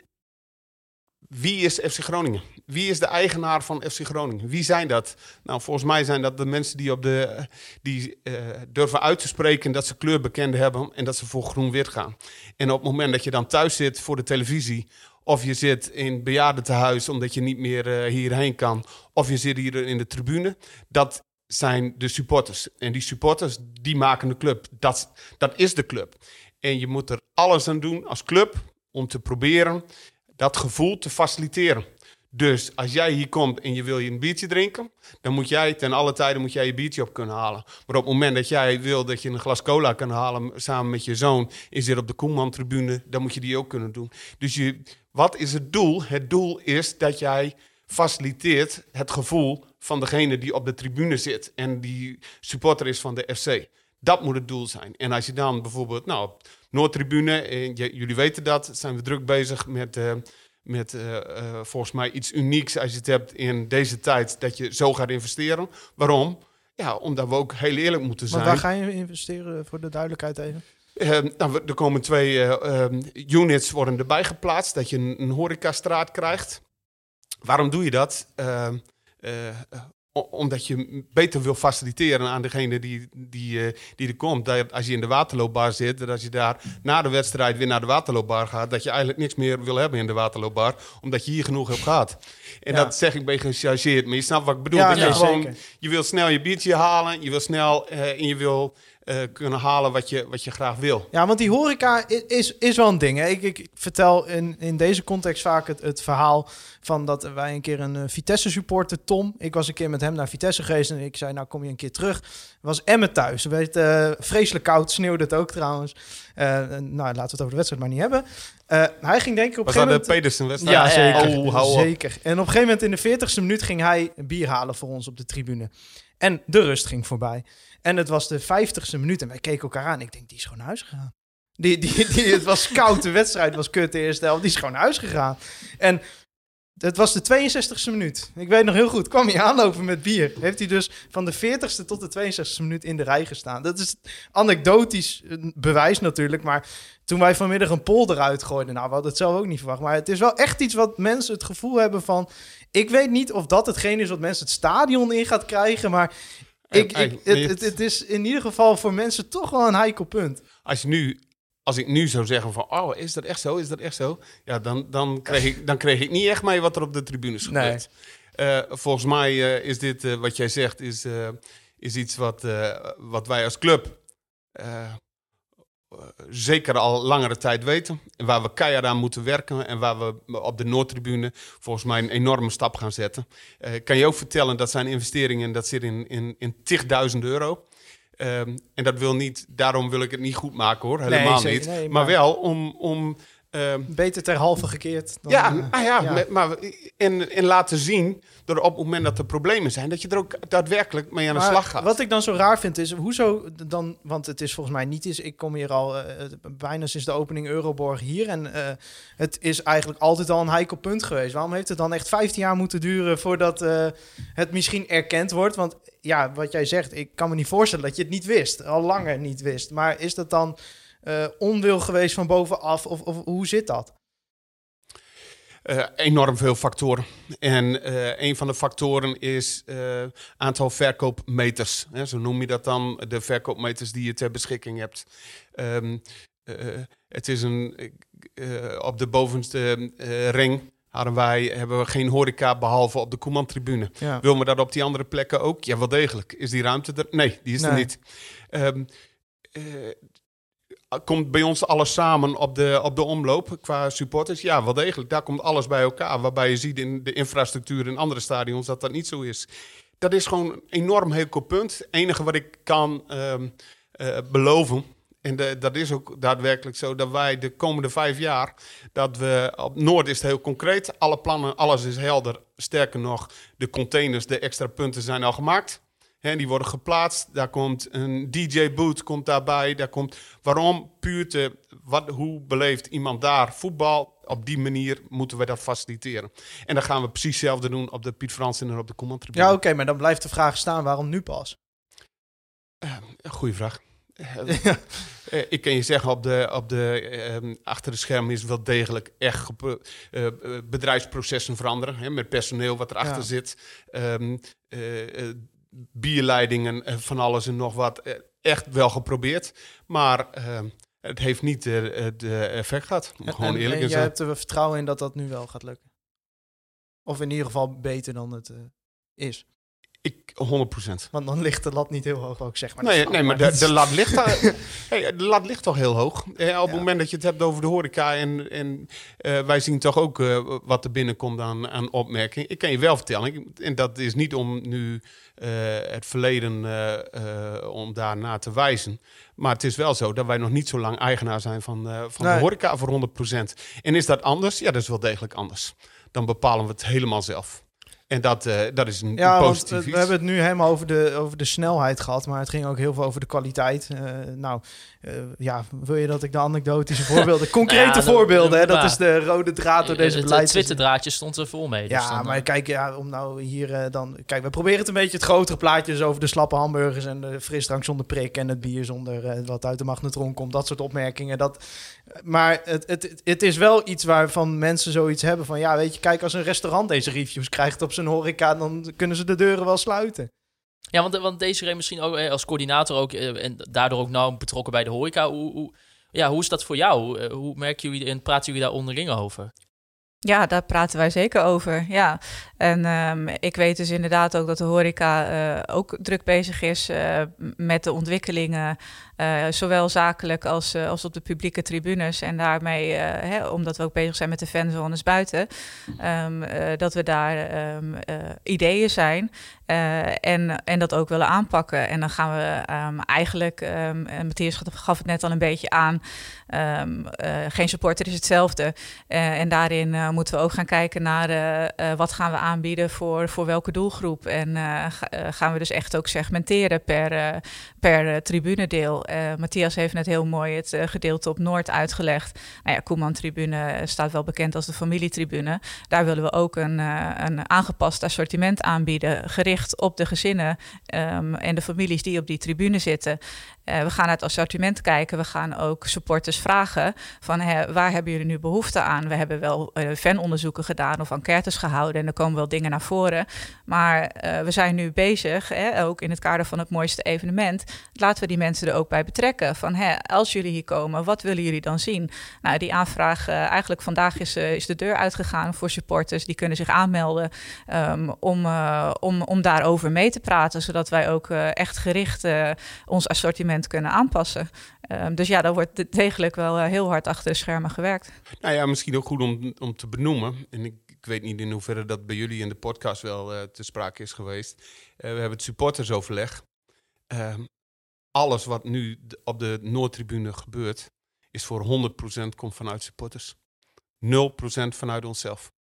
wie is F C Groningen? Wie is de eigenaar van F C Groningen? Wie zijn dat? Nou, volgens mij zijn dat de mensen die, op de, die uh, durven uit te spreken dat ze kleurbekenden hebben en dat ze voor groen-wit gaan. En op het moment dat je dan thuis zit voor de televisie, of je zit in bejaardentehuis omdat je niet meer uh, hierheen kan, of je zit hier in de tribune, dat zijn de supporters. En die supporters, die maken de club. Dat, dat is de club. En je moet er alles aan doen als club om te proberen dat gevoel te faciliteren. Dus als jij hier komt en je wil je een biertje drinken, dan moet jij ten alle tijden moet jij je biertje op kunnen halen. Maar op het moment dat jij wil dat je een glas cola kan halen samen met je zoon, is er op de Koeman-tribune, dan moet je die ook kunnen doen. Dus je, wat is het doel? Het doel is dat jij faciliteert het gevoel van degene die op de tribune zit en die supporter is van de F C. Dat moet het doel zijn. En als je dan bijvoorbeeld, nou, op Noordtribune, en j- jullie weten dat, zijn we druk bezig met, uh, met uh, uh, volgens mij iets unieks als je het hebt in deze tijd, dat je zo gaat investeren. Waarom? Ja, omdat we ook heel eerlijk moeten zijn. Maar waar ga je investeren, voor de duidelijkheid even? Uh, nou, we- er komen twee uh, um, units worden erbij geplaatst, dat je een, een horecastraat krijgt. Waarom doe je dat? Uh, uh, O- omdat je beter wil faciliteren aan degene die, die, uh, die er komt. Dat als je in de Waterloobar zit, dat als je daar na de wedstrijd weer naar de Waterloobar gaat, dat je eigenlijk niks meer wil hebben in de Waterloobar, omdat je hier genoeg hebt gehad. En Ja. dat zeg ik een beetje gechargeerd, maar je snapt wat ik bedoel. Ja, dat nee, je gewoon, zeker. je wil snel je biertje halen, je wil snel uh, en je wil uh, kunnen halen wat je, wat je graag wil. Ja, want die horeca i- is, is wel een ding. Hè? Ik, ik vertel in, in deze context vaak het, het verhaal van dat wij een keer een uh, Vitesse-supporter, Tom. Ik was een keer met hem naar Vitesse geweest en ik zei, nou kom je een keer terug. Was Emmen thuis. Weet, uh, vreselijk koud, sneeuwde het ook trouwens. Uh, nou, laten we het over de wedstrijd maar niet hebben. Uh, hij ging denk ik op een Was dat gegeven de moment... Pedersen-wedstrijd? Ja, Ja, ja, zeker. Oh, hou op. zeker. En op een gegeven moment in de veertigste minuut ging hij bier halen voor ons op de tribune. En de rust ging voorbij. En het was de vijftigste minuut en wij keken elkaar aan. Ik denk, die is gewoon naar huis gegaan. Die, die, die, het was koud, de wedstrijd was kut de eerste helft. Die is gewoon naar huis gegaan. En het was de tweeënzestigste minuut. Ik weet nog heel goed, kwam hij aanlopen met bier. Heeft hij dus van de veertigste tot de tweeënzestigste minuut in de rij gestaan. Dat is anekdotisch bewijs natuurlijk, maar toen wij vanmiddag een poll eruit gooiden, nou, we hadden het zelf ook niet verwacht, maar het is wel echt iets wat mensen het gevoel hebben van, ik weet niet of dat hetgeen is wat mensen het stadion in gaat krijgen, maar ik, Hey, ik, maar het, je- het, het is in ieder geval voor mensen toch wel een heikel punt. Als je nu, als ik nu zou zeggen van, oh, is dat echt zo? Is dat echt zo? Ja, dan, dan, kreeg, ik, dan kreeg ik niet echt mee wat er op de tribunes gebeurt. Eh, volgens mij uh, is dit, uh, wat jij zegt, is, uh, is iets wat, uh, wat wij als club uh, uh, zeker al langere tijd weten. En waar we keihard aan moeten werken en waar we op de Noordtribune volgens mij een enorme stap gaan zetten. Uh, kan je ook vertellen, dat zijn investeringen, dat zit in, in, in tigduizend euro. Um, en dat wil niet, daarom wil ik het niet goed maken hoor, helemaal zeker, niet. nee, maar... maar- wel om... om um, Beter ter halve gekeerd. Dan, ja, eh, ah ja, ja. met- maar en, en laten zien, door op het moment dat er problemen zijn, dat je er ook daadwerkelijk mee aan de Maar slag gaat. Wat ik dan zo raar vind is, hoezo dan, want het is volgens mij niet eens, ik kom hier al uh, bijna sinds de opening Euroborg hier en uh, het is eigenlijk altijd al een heikel punt geweest. Waarom heeft het dan echt vijftien jaar moeten duren voordat uh, het misschien erkend wordt? Want ja, wat jij zegt, ik kan me niet voorstellen dat je het niet wist, al langer niet wist. Maar is dat dan uh, onwil geweest van bovenaf of, of hoe zit dat? Uh, enorm veel factoren. En uh, een van de factoren is uh, aantal verkoopmeters. Hè, zo noem je dat dan, de verkoopmeters die je ter beschikking hebt. Um, uh, het is een, uh, op de bovenste uh, ring hadden wij, hebben we geen horeca behalve op de Koeman-tribune. Ja. Willen we dat op die andere plekken ook? Ja, wel degelijk. Is die ruimte er? Nee, die is Nee. er niet. Um, uh, Komt bij ons alles samen op de, op de omloop qua supporters? Ja, wel degelijk. Daar komt alles bij elkaar. Waarbij je ziet in de infrastructuur in andere stadions dat dat niet zo is. Dat is gewoon een enorm heikel punt. Het enige wat ik kan um, uh, beloven, en de, dat is ook daadwerkelijk zo, dat wij de komende vijf jaar, dat we op Noord is het heel concreet. Alle plannen, alles is helder. Sterker nog, de containers, de extra punten zijn al gemaakt. He, die worden geplaatst. Daar komt een D J-boot komt daarbij. Daar komt, waarom? Puur te, wat, hoe beleeft iemand daar voetbal? Op die manier moeten we dat faciliteren. En dan gaan we precies hetzelfde doen op de Piet Fransen en op de Koeman-tribune. Ja, oké, okay, maar dan blijft de vraag staan, waarom nu pas? Uh, goeie vraag. Uh, uh, ik kan je zeggen, op de, op de, uh, achter de schermen is wel degelijk echt gepro- uh, uh, bedrijfsprocessen veranderen. Hè, met personeel wat erachter ja. zit. Um, uh, uh, bierleidingen, uh, van alles en nog wat. Uh, echt wel geprobeerd. Maar uh, het heeft niet het uh, uh, effect gehad. Om en, gewoon en, eerlijk en te jij zijn. hebt er vertrouwen in dat dat nu wel gaat lukken? Of in ieder geval beter dan het uh, is? Ik honderd procent. Want dan ligt de lat niet heel hoog ook, zeg maar. Nee, nee, maar de, de, lat ligt daar, hey, de lat ligt toch heel hoog. Eh, op het Ja. moment dat je het hebt over de horeca... en, en uh, wij zien toch ook uh, wat er binnenkomt aan, aan opmerkingen. Ik kan je wel vertellen, ik, en dat is niet om nu uh, het verleden uh, uh, om daarna te wijzen... maar het is wel zo dat wij nog niet zo lang eigenaar zijn van, uh, van Nee. de horeca voor honderd procent. En is dat anders? Ja, dat is wel degelijk anders. Dan bepalen we het helemaal zelf. En dat, uh, dat is een, Ja, een want positief uh, we iets. hebben het nu helemaal over de, over de snelheid gehad, maar het ging ook heel veel over de kwaliteit. Uh, nou, uh, ja, wil je dat ik de anekdotische voorbeelden, concrete Ja, dat- voorbeelden, hè, dat ja. is de rode draad door deze het beleid. Twitter-draadje stond er vol mee. Dus Ja, dan, maar uh, kijk, ja, om nou hier uh, dan... Kijk, we proberen het een beetje het grotere plaatje, dus over de slappe hamburgers en de frisdrank zonder prik en het bier zonder uh, wat uit de magnetron komt, dat soort opmerkingen. Dat, maar het, het, het is wel iets waarvan mensen zoiets hebben van, ja, weet je, kijk, als een restaurant deze reviews krijgt op zijn horeca, dan kunnen ze de deuren wel sluiten. Ja, want, want Desiree misschien ook eh, als coördinator ook, eh, en daardoor ook nauw betrokken bij de horeca. Hoe, hoe, ja, hoe is dat voor jou? Uh, hoe merken jullie en praten jullie daar onderling over? Ja, daar praten wij zeker over, ja. En um, ik weet dus inderdaad ook dat de horeca uh, ook druk bezig is uh, met de ontwikkelingen, uh, zowel zakelijk als, uh, als op de publieke tribunes. En daarmee, uh, hè, omdat we ook bezig zijn met de fanzones buiten, um, uh, dat we daar um, uh, ideeën zijn uh, en, en dat ook willen aanpakken. En dan gaan we um, eigenlijk, um, en Matthias gaf het net al een beetje aan, um, uh, geen supporter is hetzelfde. Uh, en daarin uh, moeten we ook gaan kijken naar uh, uh, wat gaan we aanbieden voor, voor welke doelgroep. En uh, ga, uh, gaan we dus echt ook segmenteren per, uh, per uh, tribunedeel. Uh, Matthias heeft net heel mooi het uh, gedeelte op Noord uitgelegd. Nou ja, Koeman-tribune staat wel bekend als de familietribune. Daar willen we ook een, uh, een aangepast assortiment aanbieden, gericht op de gezinnen um, en de families die op die tribune zitten. Uh, we gaan naar het assortiment kijken. We gaan ook supporters vragen van hè, waar hebben jullie nu behoefte aan? We hebben wel uh, fanonderzoeken gedaan of enquêtes gehouden en er komen wel dingen naar voren. Maar uh, we zijn nu bezig, hè, ook in het kader van het mooiste evenement, laten we die mensen er ook bij betrekken. Van hè, als jullie hier komen, wat willen jullie dan zien? Nou, die aanvraag, uh, eigenlijk vandaag is, uh, is de deur uitgegaan voor supporters. Die kunnen zich aanmelden um, om, uh, om, om daarover mee te praten, zodat wij ook uh, echt gericht uh, ons assortiment kunnen aanpassen. Um, dus ja, daar wordt degelijk wel uh, heel hard achter de schermen gewerkt. Nou ja, misschien ook goed om, om te benoemen. En ik, ik weet niet in hoeverre dat bij jullie in de podcast wel uh, te sprake is geweest. Uh, we hebben het supportersoverleg. Uh, alles wat nu d- op de Noordtribune gebeurt, is voor honderd procent komt vanuit supporters. nul procent vanuit onszelf.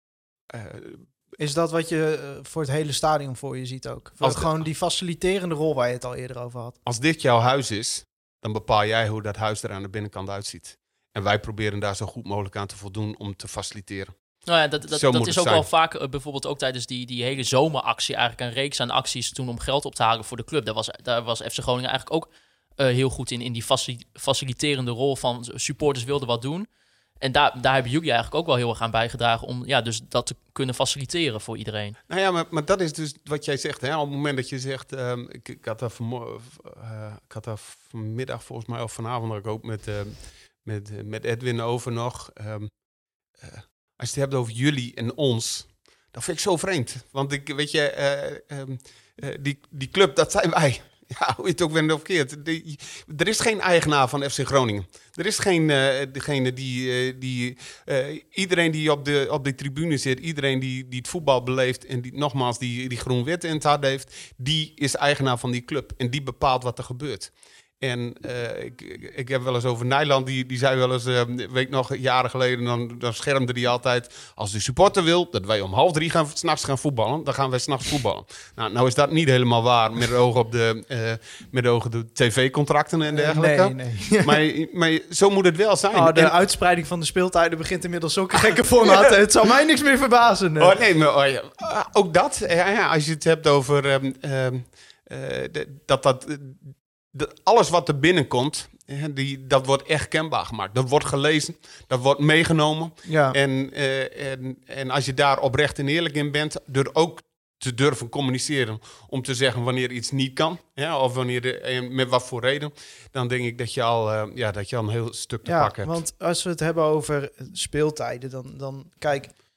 Uh, Is dat wat je uh, voor het hele stadion voor je ziet ook? Voor Als de- gewoon die faciliterende rol waar je het al eerder over had. Als dit jouw huis is, dan bepaal jij hoe dat huis er aan de binnenkant uitziet. En wij proberen daar zo goed mogelijk aan te voldoen om te faciliteren. Nou ja, dat, dat, Zo dat moet is het ook wel zijn. vaak, uh, bijvoorbeeld ook tijdens die, die hele zomeractie, eigenlijk een reeks aan acties toen om geld op te halen voor de club. Daar was, daar was F C Groningen eigenlijk ook uh, heel goed in, in die facil- faciliterende rol van supporters wilden wat doen. En daar, daar hebben jullie eigenlijk ook wel heel erg aan bijgedragen om ja, dus dat te kunnen faciliteren voor iedereen. Nou ja, maar, maar dat is dus wat jij zegt. Hè? Op het moment dat je zegt... Um, ik, ik, had daar vanmo- uh, ik had daar vanmiddag volgens mij of vanavond ook, ook met, uh, met, uh, met Edwin over nog. Um, uh, als je het hebt over jullie en ons, dat vind ik zo vreemd. Want ik weet je, uh, um, uh, die, die club, dat zijn wij. Ja, hoe je het ook wendt of keert. Die, er is geen eigenaar van F C Groningen. Er is geen uh, degene die... Uh, die uh, iedereen die op de, op de tribune zit, iedereen die, die het voetbal beleeft en die nogmaals die, die groen-wit in het hart heeft, die is eigenaar van die club. En die bepaalt wat er gebeurt. En uh, ik, ik heb wel eens over Nijland, die, die zei wel eens, uh, weet ik nog, jaren geleden, dan, dan schermde die altijd, als de supporter wil dat wij om half drie gaan, 's nachts gaan voetballen, dan gaan wij 's nachts voetballen. Nou, nou is dat niet helemaal waar, met de ogen op de, uh, met de ogen de tv-contracten en dergelijke. Nee, nee. Maar, maar zo moet het wel zijn. Oh, de En- uitspreiding van de speeltijden begint inmiddels zulke gekke formaten. Het zal mij niks meer verbazen. Oh nee, maar oh, ja. Ah, ook dat. Ja, ja, als je het hebt over um, um, uh, de, dat dat uh, de, alles wat er binnenkomt, hè, die, dat wordt echt kenbaar gemaakt. Dat wordt gelezen, dat wordt meegenomen. Ja. En, uh, en, en als je daar oprecht en eerlijk in bent, door ook te durven communiceren om te zeggen wanneer iets niet kan, ja, of wanneer de, en met wat voor reden, dan denk ik dat je al, uh, ja, dat je al een heel stuk te Ja, pakken hebt. want als we het hebben over speeltijden, dan, dan kijk,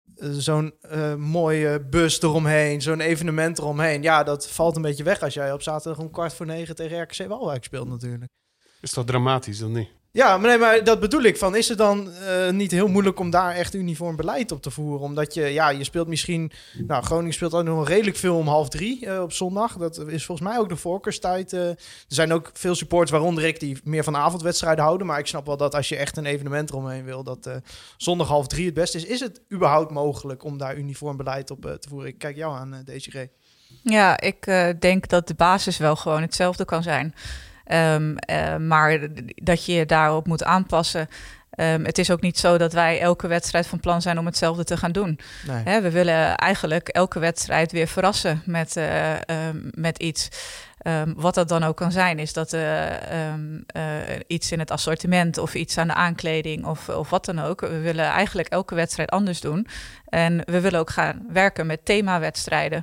uh, zo'n uh, mooie bus eromheen, zo'n evenement eromheen. Ja, dat valt een beetje weg als jij op zaterdag om kwart voor negen tegen R K C Waalwijk speelt natuurlijk. Is dat dramatisch dan niet? Ja, maar, nee, maar dat bedoel ik. Van, is het dan uh, niet heel moeilijk om daar echt uniform beleid op te voeren? Omdat je, ja, je speelt misschien... Nou, Groningen speelt ook nog redelijk veel om half drie uh, op zondag. Dat is volgens mij ook de voorkeurstijd. Uh, er zijn ook veel supporters, waaronder ik, die meer van avondwedstrijden houden. Maar ik snap wel dat als je echt een evenement eromheen wil, dat uh, zondag half drie het beste is. Is het überhaupt mogelijk om daar uniform beleid op uh, te voeren? Ik kijk jou aan, uh, Desiree. Ja, ik uh, denk dat de basis wel gewoon hetzelfde kan zijn. Um, uh, maar dat je je daarop moet aanpassen. Um, het is ook niet zo dat wij elke wedstrijd van plan zijn om hetzelfde te gaan doen. Nee. Hè, we willen eigenlijk elke wedstrijd weer verrassen met, uh, um, met iets. Um, wat dat dan ook kan zijn, is dat uh, um, uh, iets in het assortiment of iets aan de aankleding of, of wat dan ook. We willen eigenlijk elke wedstrijd anders doen. En we willen ook gaan werken met themawedstrijden.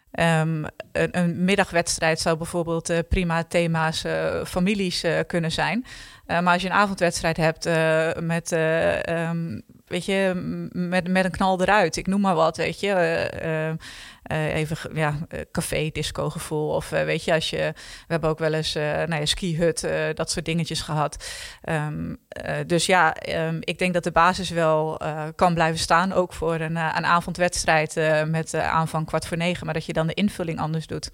Um, een, een middagwedstrijd zou bijvoorbeeld uh, prima thema's uh, families uh, kunnen zijn. Uh, maar als je een avondwedstrijd hebt uh, met, uh, um, weet je, met, met een knal eruit, ik noem maar wat, weet je. Uh, uh, uh, even, ja, café, disco gevoel. Of uh, weet je, als je, we hebben ook wel eens uh, nou ja, skihut, uh, dat soort dingetjes gehad. Um, uh, dus ja, um, ik denk dat de basis wel uh, kan blijven staan, ook voor een, uh, een avondwedstrijd uh, met uh, aanvang kwart voor negen, maar dat je dan de invulling anders doet.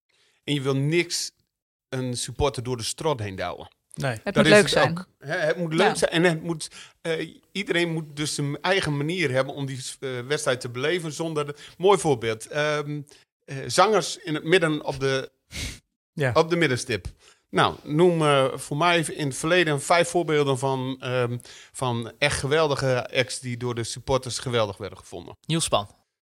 En je wil niks een supporter door de strot heen douwen. Nee. Het Dat moet is leuk het zijn. ook. Hè, het moet leuk Ja. zijn en het moet, uh, iedereen moet dus zijn eigen manier hebben om die uh, wedstrijd te beleven zonder... De, mooi voorbeeld. Um, uh, zangers in het midden op de, Ja. op de middenstip. Nou, noem uh, voor mij in het verleden vijf voorbeelden van, um, van echt geweldige acts die door de supporters geweldig werden gevonden. Niels Span.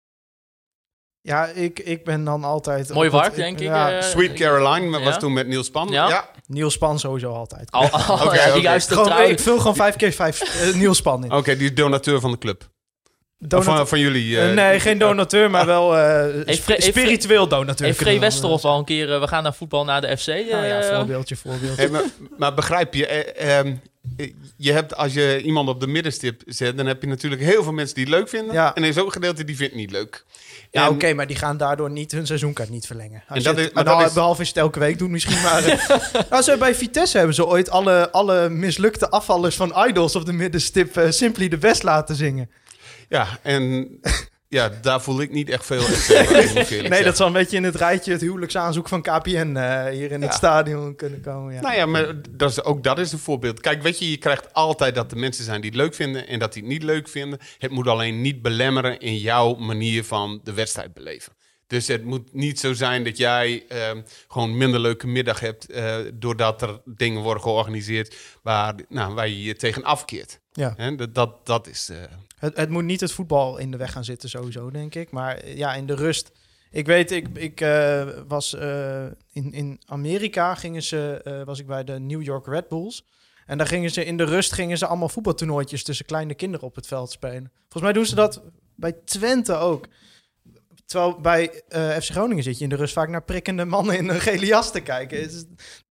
Ja, ik, ik ben dan altijd... Mooi op het- wark, denk ik. Ja, uh, Sweet Caroline maar ja. was toen met Niels Span. Ja. ja. Niels Span sowieso altijd. Al, al, Oké, ja, die oké. juiste Gewoon, trui. ik vul gewoon vijf keer vijf uh, Niels Span in. Oké, okay, die is donateur van de club. Donat- Of van, van jullie. Uh, Uh, nee, geen donateur, maar wel uh, Heeft sp- Fre- heeft spiritueel donateur. Heeft kunnen Free we wel, Westerhof al een keer... uh, we gaan naar voetbal naar de F C. uh, Nou ja, voorbeeldje, voorbeeldje. Hey, maar, maar begrijp je, eh, eh, je hebt als je iemand op de middenstip zet, dan heb je natuurlijk heel veel mensen die het leuk vinden. Ja. En er is ook een gedeelte die vindt het niet leuk. Ja, En- oké, okay, maar die gaan daardoor niet hun seizoenkaart niet verlengen. Als En dat je het, is- maar behalve, dat is- behalve als je het elke week doet misschien, maar... uh, nou, zo bij Vitesse hebben ze ooit alle, alle mislukte afvallers van Idols op de middenstip uh, Simply the Best laten zingen. Ja, en ja, daar voel ik niet echt veel echt Nee, dat zal een beetje in het rijtje het huwelijksaanzoek van K P N uh, hier in Ja. het stadion kunnen komen. Ja. Nou ja, maar dat is, ook dat is een voorbeeld. Kijk, weet je, je krijgt altijd dat er mensen zijn die het leuk vinden en dat die het niet leuk vinden. Het moet alleen niet belemmeren in jouw manier van de wedstrijd beleven. Dus het moet niet zo zijn dat jij uh, gewoon een minder leuke middag hebt uh, doordat er dingen worden georganiseerd waar, nou, waar je je tegen afkeert. Ja. Hè, dat, dat, dat is... Uh... Het, het moet niet het voetbal in de weg gaan zitten sowieso, denk ik. Maar uh, ja, in de rust... Ik weet, ik, ik uh, was uh, in, in Amerika, gingen ze, uh, was ik bij de New York Red Bulls. En daar gingen ze in de rust gingen ze allemaal voetbaltoernooitjes tussen kleine kinderen op het veld spelen. Volgens mij doen ze dat bij Twente ook. Terwijl bij uh, F C Groningen zit je in de rust vaak naar prikkende mannen in een gele jas te kijken. Is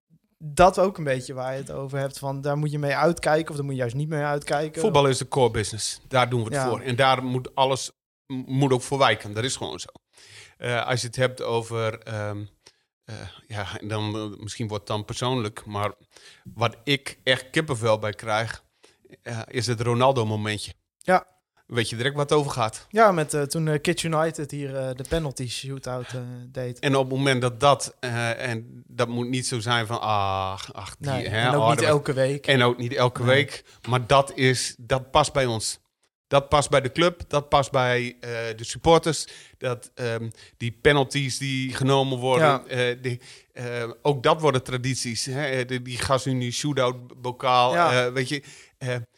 dat ook een beetje waar je het over hebt? Van daar moet je mee uitkijken of daar moet je juist niet mee uitkijken? Voetbal is de core business. Daar doen we het Ja. voor. En daar moet alles m- moet ook voor wijken. Dat is gewoon zo. Uh, als je het hebt over... Um, uh, ja, en dan, uh, misschien wordt het dan persoonlijk. Maar wat ik echt kippenvel bij krijg... Uh, is het Ronaldo-momentje. Ja. Weet je direct wat het over gaat. Ja, met uh, toen uh, Kids United hier uh, de penalty shootout uh, deed. En op het moment dat dat... Uh, en dat moet niet zo zijn van... Ach, ach die, Nee, hè, en ook oh, niet dat was- elke week. En ook niet elke Nee. week. Maar dat, is, dat past bij ons. Dat past bij de club. Dat past bij uh, de supporters. Dat, um, die penalties die genomen worden. Ja. Uh, die, uh, ook dat worden tradities. Hè? Die, die GasUnie shootout bokaal. Ja. Uh, weet je... Uh, uh,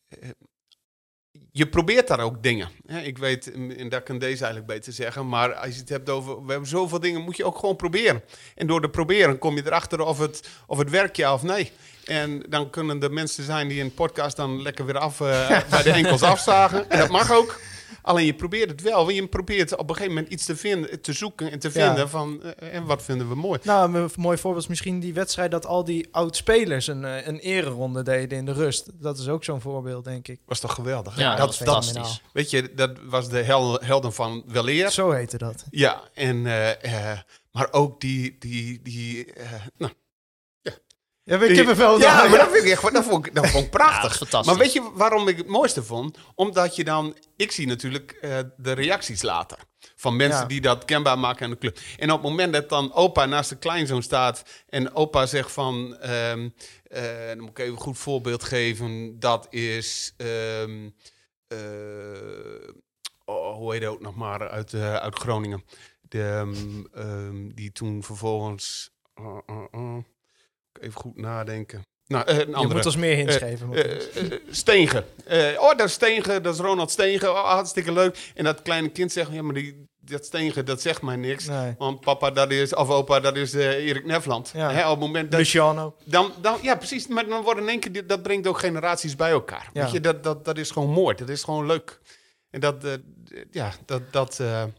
je probeert daar ook dingen. Hè? Ik weet, en dat kan deze eigenlijk beter zeggen, maar als je het hebt over, we hebben zoveel dingen, moet je ook gewoon proberen. En door te proberen kom je erachter of het, of het werkt ja of nee. En dan kunnen er mensen zijn die in een podcast dan lekker weer af uh, bij de enkels afzagen. En dat mag ook. Alleen je probeert het wel. Want je probeert op een gegeven moment iets te vinden, te zoeken en te vinden Ja. van... Uh, en wat vinden we mooi. Nou, een mooi voorbeeld is misschien die wedstrijd dat al die oud-spelers een, uh, een ereronde deden in de rust. Dat is ook zo'n voorbeeld, denk ik. Was toch geweldig? Ja, dat dat is was fantastisch. Weet je, dat was de hel- helden van weleer. Zo heette dat. Ja, en, uh, uh, maar ook die... die, die uh, nou, Ja, ik heb er wel. Ja, maar dat vind ik echt, dat vond ik, dat vond ik prachtig. Ja, dat is fantastisch. Maar weet je waarom ik het mooiste vond? Omdat je dan, ik zie natuurlijk uh, de reacties later. Van mensen Ja. die dat kenbaar maken aan de club. En op het moment dat dan opa naast de kleinzoon staat en opa zegt van, um, uh, dan moet ik even een goed voorbeeld geven. Dat is, um, uh, oh, hoe heet dat ook nog maar, uit, uh, uit Groningen. De, um, um, die toen vervolgens... Uh, uh, uh, Even goed nadenken. Nou, uh, een Je andere. moet ons meer hints geven. Uh, uh, uh, Steenge. Uh, oh, dat is Steenge. Dat is Ronald Steenge. Oh, hartstikke leuk. En dat kleine kind zegt, ja, maar die, dat Steenge, dat zegt mij niks. Nee. Want papa, dat is, of opa, dat is uh, Erik Nefland. Ja. Hè, op het moment dat... Luciano. Dan, dan, ja, precies. Maar dan worden in één keer, dat brengt ook generaties bij elkaar. Ja. Weet je, dat, dat, dat is gewoon mooi. Dat is gewoon leuk. En dat, uh, ja, dat... dat uh, uh,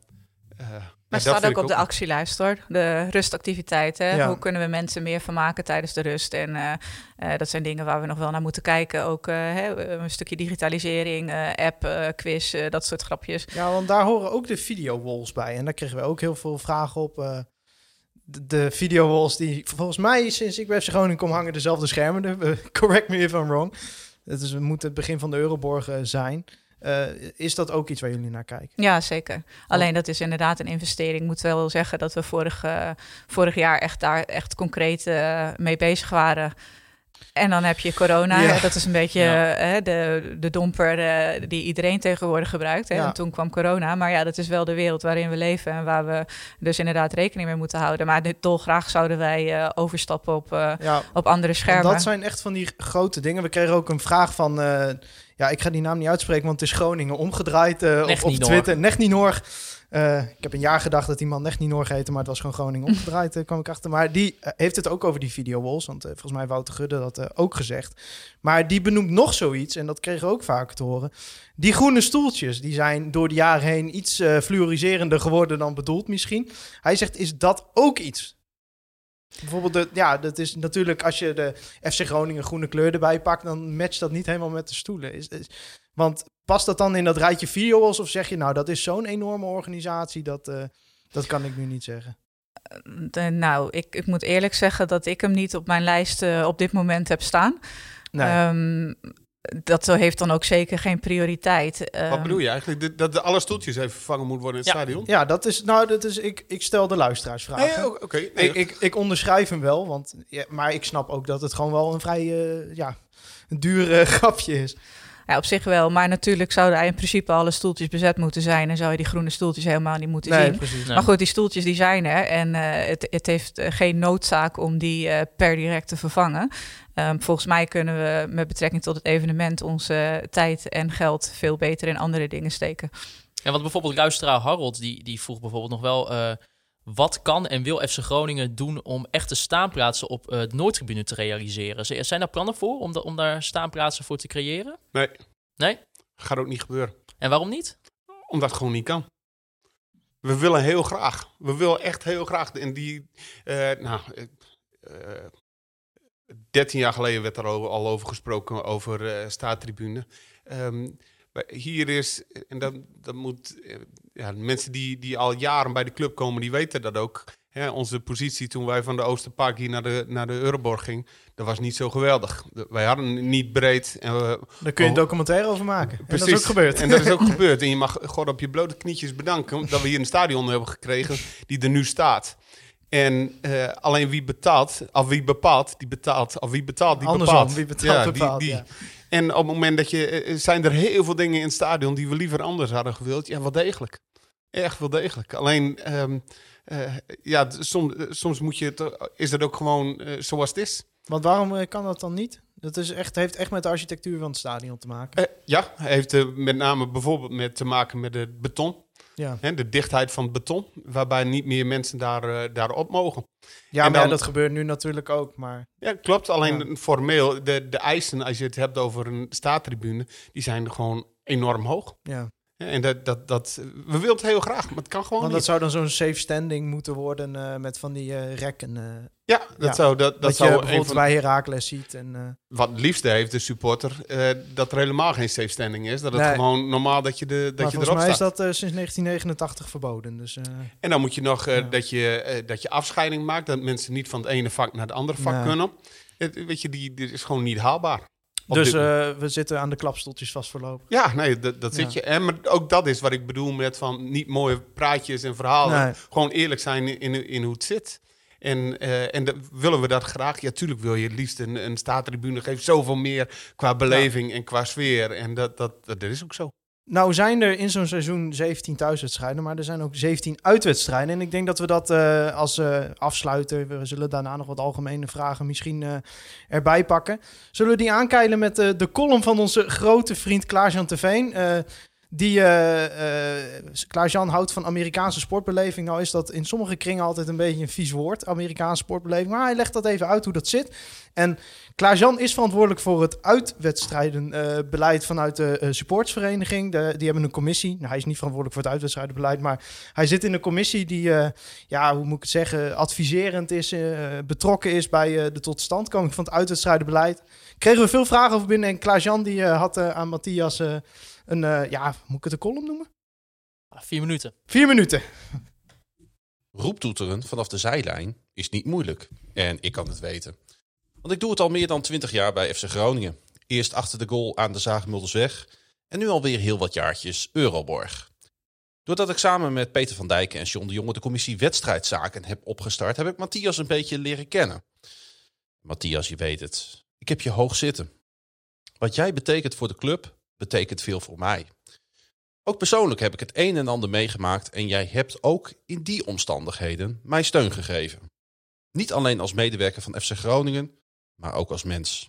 Maar ja, staat dat ook vind op ik de actielijst hoor. De rustactiviteiten. Ja. Hoe kunnen we mensen meer vermaken tijdens de rust? En uh, uh, dat zijn dingen waar we nog wel naar moeten kijken. Ook uh, hè, een stukje digitalisering, uh, app, uh, quiz, uh, dat soort grapjes. Ja, want daar horen ook de video-walls bij. En daar kregen we ook heel veel vragen op. Uh, de, de video-walls die volgens mij sinds ik bij F C Groningen kom hangen dezelfde schermen. De, uh, correct me if I'm wrong. Het is, moet het begin van de Euroborg uh, zijn. Uh, is dat ook iets waar jullie naar kijken? Ja, zeker. Alleen dat is inderdaad een investering. Ik moet wel zeggen dat we vorig, uh, vorig jaar echt daar echt concreet uh, mee bezig waren. En dan heb je corona. Ja. Hè, dat is een beetje Ja. uh, de, de domper uh, die iedereen tegenwoordig gebruikt. Hè. Ja. En toen kwam corona. Maar ja, dat is wel de wereld waarin we leven. En waar we dus inderdaad rekening mee moeten houden. Maar dit dolgraag zouden wij uh, overstappen op, uh, Ja, op andere en schermen. dat zijn echt van die grote dingen. We kregen ook een vraag van... Uh, ja, ik ga die naam niet uitspreken, want het is Groningen omgedraaid uh, op, op Nechninorg. Twitter. Nechninorg. Uh, ik heb een jaar gedacht dat die man Nechninorg heette, maar het was gewoon Groningen omgedraaid, uh, kwam ik achter. Maar die uh, heeft het ook over die video-walls, want uh, volgens mij heeft Wouter Gudde dat uh, ook gezegd. Maar die benoemt nog zoiets, en dat kregen we ook vaker te horen. Die groene stoeltjes, die zijn door de jaren heen iets uh, fluoriserender geworden dan bedoeld misschien. Hij zegt, is dat ook iets? Bijvoorbeeld, de, ja, dat is natuurlijk als je de F C Groningen groene kleur erbij pakt, dan matcht dat niet helemaal met de stoelen. Is, is, want past dat dan in dat rijtje video's of zeg je nou, dat is zo'n enorme organisatie, dat, uh, dat kan ik nu niet zeggen? Uh, nou, ik, ik moet eerlijk zeggen dat ik hem niet op mijn lijst uh, op dit moment heb staan. Nee. Um, dat heeft dan ook zeker geen prioriteit. Um, Wat bedoel je eigenlijk? Dat, dat de alle stoeltjes even vervangen moeten worden in het Ja. stadion? Ja, dat is, nou, dat is, ik, ik stel de luisteraarsvragen. Nee, oké. Okay. Nee, ik, ik, ik onderschrijf hem wel, want, ja, maar ik snap ook dat het gewoon wel een vrij uh, ja, een duur uh, grapje is. Ja, op zich wel. Maar natuurlijk zouden in principe alle stoeltjes bezet moeten zijn. En zou je die groene stoeltjes helemaal niet moeten Nee, zien. precies. Nee. Maar goed, die stoeltjes die zijn er. En uh, het, het heeft uh, geen noodzaak om die uh, per direct te vervangen. Um, volgens mij kunnen we met betrekking tot het evenement onze uh, tijd en geld veel beter in andere dingen steken. Ja, want bijvoorbeeld luisteraar Harold, die, die vroeg bijvoorbeeld nog wel... Uh, wat kan en wil F C Groningen doen om echte staanplaatsen op uh, de Noordtribune te realiseren? Z- Zijn daar plannen voor om, da- om daar staanplaatsen voor te creëren? Nee. Nee? Gaat ook niet gebeuren. En waarom niet? Omdat het gewoon niet kan. We willen heel graag. We willen echt heel graag. En die, uh, nou, uh, dertien jaar geleden werd er al, al over gesproken, over uh, staattribune. Um, hier is, en dat, dat moet, uh, ja, mensen die, die al jaren bij de club komen, die weten dat ook. Hè, onze positie toen wij van de Oosterpark hier naar de, naar de Euroborg gingen, dat was niet zo geweldig. De, wij hadden niet breed. En we, Daar kun je een oh, documentaire over maken. En precies. dat is ook gebeurd. En dat is ook gebeurd. En je mag God op je blote knietjes bedanken dat we hier een stadion hebben gekregen die er nu staat. En uh, alleen wie betaalt, of wie bepaalt, die betaalt. Of wie betaalt, die Andersom, bepaalt. wie betaalt, ja, bepaalt, die, die. ja. En op het moment dat je... Uh, zijn er heel veel dingen in het stadion die we liever anders hadden gewild. Ja, wel degelijk. Echt wel degelijk. Alleen, um, uh, ja, soms, uh, soms moet je het, is het ook gewoon uh, zoals het is. Want waarom uh, kan dat dan niet? Dat is echt, heeft echt met de architectuur van het stadion te maken. Uh, ja, heeft uh, met name bijvoorbeeld met te maken met het beton. Ja, Hè, de dichtheid van het beton, waarbij niet meer mensen daar, uh, daarop mogen. ja En maar dan- dat gebeurt nu natuurlijk ook. Maar Ja, klopt. Alleen Ja. formeel, de, de eisen, als je het hebt over een staattribune, die zijn gewoon enorm hoog. ja, En dat, dat, dat, we willen het heel graag, maar het kan gewoon Want niet. dat zou dan zo'n safe standing moeten worden uh, met van die uh, rekken. Uh, ja, dat ja. zou... Dat, dat wat zou je een bijvoorbeeld van, bij Heracles ziet. En, uh, wat het liefste heeft de supporter, uh, dat er helemaal geen safe standing is. Dat het nee. gewoon normaal dat je, de, dat maar je volgens erop mij staat. is dat uh, sinds negentien negenentachtig verboden. Dus, uh, En dan moet je nog uh, ja. dat, je, uh, dat je afscheiding maakt. Dat mensen niet van het ene vak naar het andere vak nee. kunnen. Het, weet je, die, dit is gewoon niet haalbaar. Dus uh, we zitten aan de klapstoeltjes vast voorlopig. Ja, nee, dat, dat zit ja. je. En maar ook dat is wat ik bedoel met van niet mooie praatjes en verhalen. Nee. Gewoon eerlijk zijn in, in, in hoe het zit. En, uh, en de, willen we dat graag? Ja, tuurlijk wil je het liefst een, een staattribune. Geeft zoveel meer qua beleving ja. en qua sfeer. En dat, dat, dat, dat is ook zo. Nou zijn er in zo'n seizoen zeventien thuiswedstrijden, maar er zijn ook zeventien uitwedstrijden. En ik denk dat we dat uh, als uh, afsluiter, we zullen daarna nog wat algemene vragen misschien uh, erbij pakken. Zullen we die aankeilen met uh, de column van onze grote vriend Klaas-Jan Terveen. Uh, die, uh, uh, Klaas-Jan houdt van Amerikaanse sportbeleving. Nou is dat in sommige kringen altijd een beetje een vies woord, Amerikaanse sportbeleving. Maar hij legt dat even uit hoe dat zit. En Klaas-Jan is verantwoordelijk voor het uitwedstrijdenbeleid uh, vanuit de uh, supportsvereniging. De, die hebben een commissie. Nou, hij is niet verantwoordelijk voor het uitwedstrijdenbeleid, maar hij zit in een commissie die, uh, ja, hoe moet ik het zeggen, adviserend is, uh, betrokken is bij uh, de totstandkoming van het uitwedstrijdenbeleid. Kregen we veel vragen over binnen en Klaas-Jan die uh, had uh, aan Matthias uh, een, uh, ja, moet ik het een column noemen? Vier minuten. Vier minuten. Roeptoeteren vanaf de zijlijn is niet moeilijk. En ik kan het weten. Want ik doe het al meer dan twintig jaar bij F C Groningen. Eerst achter de goal aan de Zaagmuldersweg en nu alweer heel wat jaartjes Euroborg. Doordat ik samen met Peter van Dijken en John de Jonge de commissie wedstrijdzaken heb opgestart, heb ik Matthias een beetje leren kennen. Matthias, je weet het. Ik heb je hoog zitten. Wat jij betekent voor de club, betekent veel voor mij. Ook persoonlijk heb ik het een en ander meegemaakt en jij hebt ook in die omstandigheden mij steun gegeven. Niet alleen als medewerker van F C Groningen, maar ook als mens.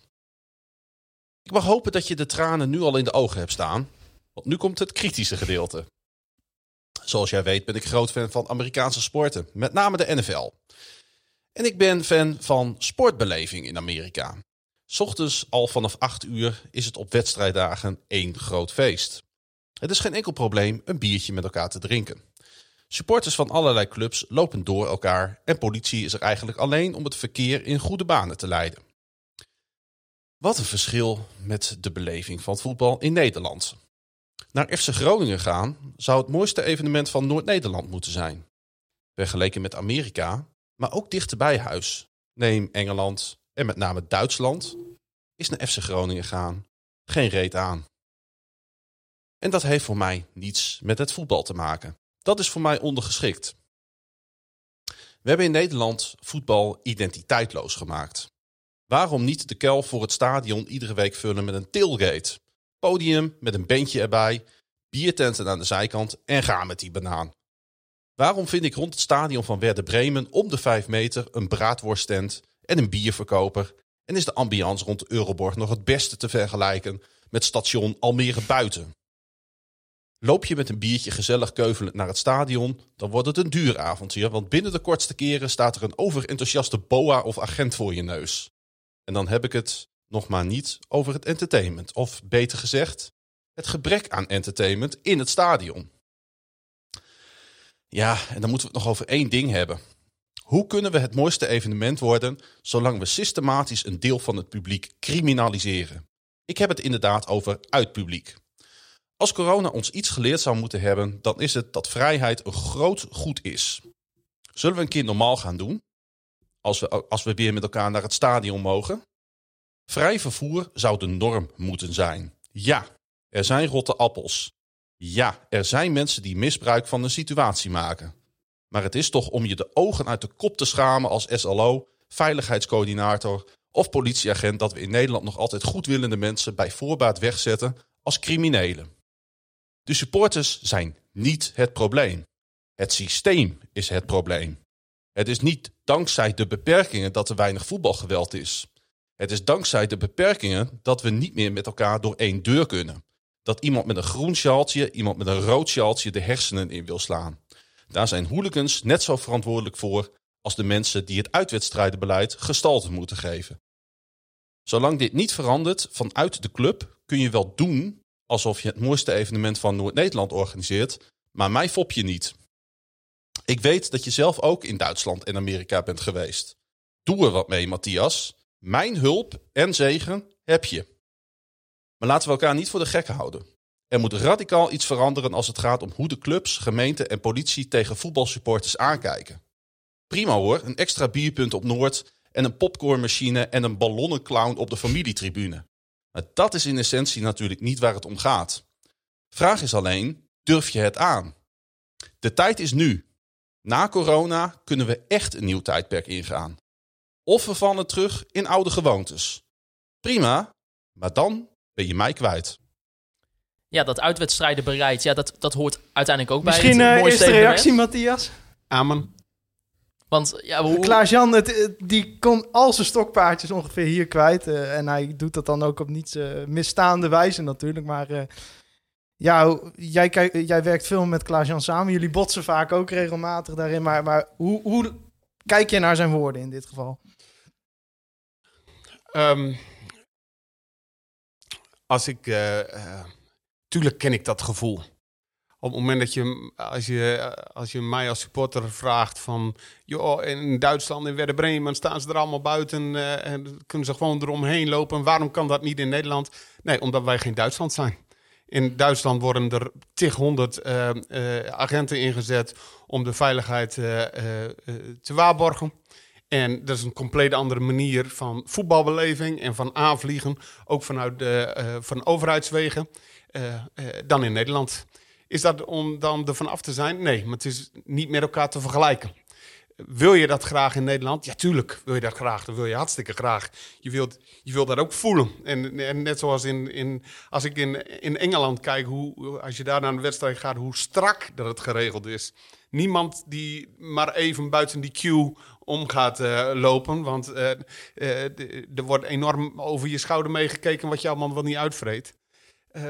Ik mag hopen dat je de tranen nu al in de ogen hebt staan, want nu komt het kritische gedeelte. Zoals jij weet ben ik groot fan van Amerikaanse sporten, met name de N F L. En ik ben fan van sportbeleving in Amerika. 's Ochtends al vanaf acht uur is het op wedstrijddagen één groot feest. Het is geen enkel probleem een biertje met elkaar te drinken. Supporters van allerlei clubs lopen door elkaar en politie is er eigenlijk alleen om het verkeer in goede banen te leiden. Wat een verschil met de beleving van voetbal in Nederland. Naar F C Groningen gaan zou het mooiste evenement van Noord-Nederland moeten zijn. Vergeleken met Amerika, maar ook dichter bij huis. Neem Engeland en met name Duitsland, is naar F C Groningen gaan geen reet aan. En dat heeft voor mij niets met het voetbal te maken. Dat is voor mij ondergeschikt. We hebben in Nederland voetbal identiteitloos gemaakt. Waarom niet de kuil voor het stadion iedere week vullen met een tailgate? Podium met een bandje erbij, biertenten aan de zijkant en ga met die banaan. Waarom vind ik rond het stadion van Werder Bremen om de vijf meter een braadworsttent en een bierverkoper? En is de ambiance rond de Euroborg nog het beste te vergelijken met station Almere Buiten? Loop je met een biertje gezellig keuvelend naar het stadion, dan wordt het een duur avontuur, want binnen de kortste keren staat er een overenthousiaste boa of agent voor je neus. En dan heb ik het nog maar niet over het entertainment, of beter gezegd, het gebrek aan entertainment in het stadion. Ja, en dan moeten we het nog over één ding hebben. Hoe kunnen we het mooiste evenement worden, zolang we systematisch een deel van het publiek criminaliseren? Ik heb het inderdaad over uitpubliek. Als corona ons iets geleerd zou moeten hebben, dan is het dat vrijheid een groot goed is. Zullen we een keer normaal gaan doen? Als we, als we weer met elkaar naar het stadion mogen? Vrij vervoer zou de norm moeten zijn. Ja, er zijn rotte appels. Ja, er zijn mensen die misbruik van een situatie maken. Maar het is toch om je de ogen uit de kop te schamen als S L O, veiligheidscoördinator of politieagent dat we in Nederland nog altijd goedwillende mensen bij voorbaat wegzetten als criminelen. De supporters zijn niet het probleem. Het systeem is het probleem. Het is niet dankzij de beperkingen dat er weinig voetbalgeweld is. Het is dankzij de beperkingen dat we niet meer met elkaar door één deur kunnen. Dat iemand met een groen sjaaltje, iemand met een rood sjaaltje de hersenen in wil slaan. Daar zijn hooligans net zo verantwoordelijk voor als de mensen die het uitwedstrijdenbeleid gestalte moeten geven. Zolang dit niet verandert vanuit de club kun je wel doen alsof je het mooiste evenement van Noord-Nederland organiseert, maar mij fop je niet. Ik weet dat je zelf ook in Duitsland en Amerika bent geweest. Doe er wat mee, Matthias. Mijn hulp en zegen heb je. Maar laten we elkaar niet voor de gek houden. Er moet radicaal iets veranderen als het gaat om hoe de clubs, gemeenten en politie tegen voetbalsupporters aankijken. Prima hoor, een extra bierpunt op Noord en een popcornmachine en een ballonnenclown op de familietribune. Maar dat is in essentie natuurlijk niet waar het om gaat. Vraag is alleen, durf je het aan? De tijd is nu. Na corona kunnen we echt een nieuw tijdperk ingaan. Of we vallen terug in oude gewoontes. Prima, maar dan ben je mij kwijt. Ja, dat uitwedstrijden bereid, ja, dat, dat hoort uiteindelijk ook Misschien, bij het uh, mooiste eerste evenement. reactie, Matthias? Amen. Want ja, hoe... Klaas-Jan, het, het- die kon al zijn stokpaardjes ongeveer hier kwijt. uh, en hij doet dat dan ook op niet uh, misstaande wijze natuurlijk. Maar uh, ja, hoe- jij, kijk- jij werkt veel met Klaas-Jan samen. Jullie botsen vaak ook regelmatig daarin. Maar, maar hoe, hoe kijk je naar zijn woorden in dit geval? Um, als ik... Uh, uh, tuurlijk ken ik dat gevoel. Op het moment dat je, als je, als je mij als supporter vraagt van... joh, in Duitsland, in Werder Bremen staan ze er allemaal buiten... Uh, en kunnen ze gewoon eromheen lopen. Waarom kan dat niet in Nederland? Nee, omdat wij geen Duitsland zijn. In Duitsland worden er tig honderd uh, uh, agenten ingezet... om de veiligheid uh, uh, te waarborgen. En dat is een compleet andere manier van voetbalbeleving en van aanvliegen. Ook vanuit de, uh, van overheidswegen uh, uh, dan in Nederland. Is dat om dan ervan af te zijn? Nee, maar het is niet met elkaar te vergelijken. Wil je dat graag in Nederland? Ja, tuurlijk wil je dat graag. Dat wil je hartstikke graag. Je wilt, je wilt dat ook voelen. En, en net zoals in, in, als ik in, in Engeland kijk, hoe, als je daar naar een wedstrijd gaat, hoe strak dat het geregeld is. Niemand die maar even buiten die queue om gaat uh, lopen. Want uh, uh, de, er wordt enorm over je schouder meegekeken wat je allemaal wel niet uitvreet. Uh,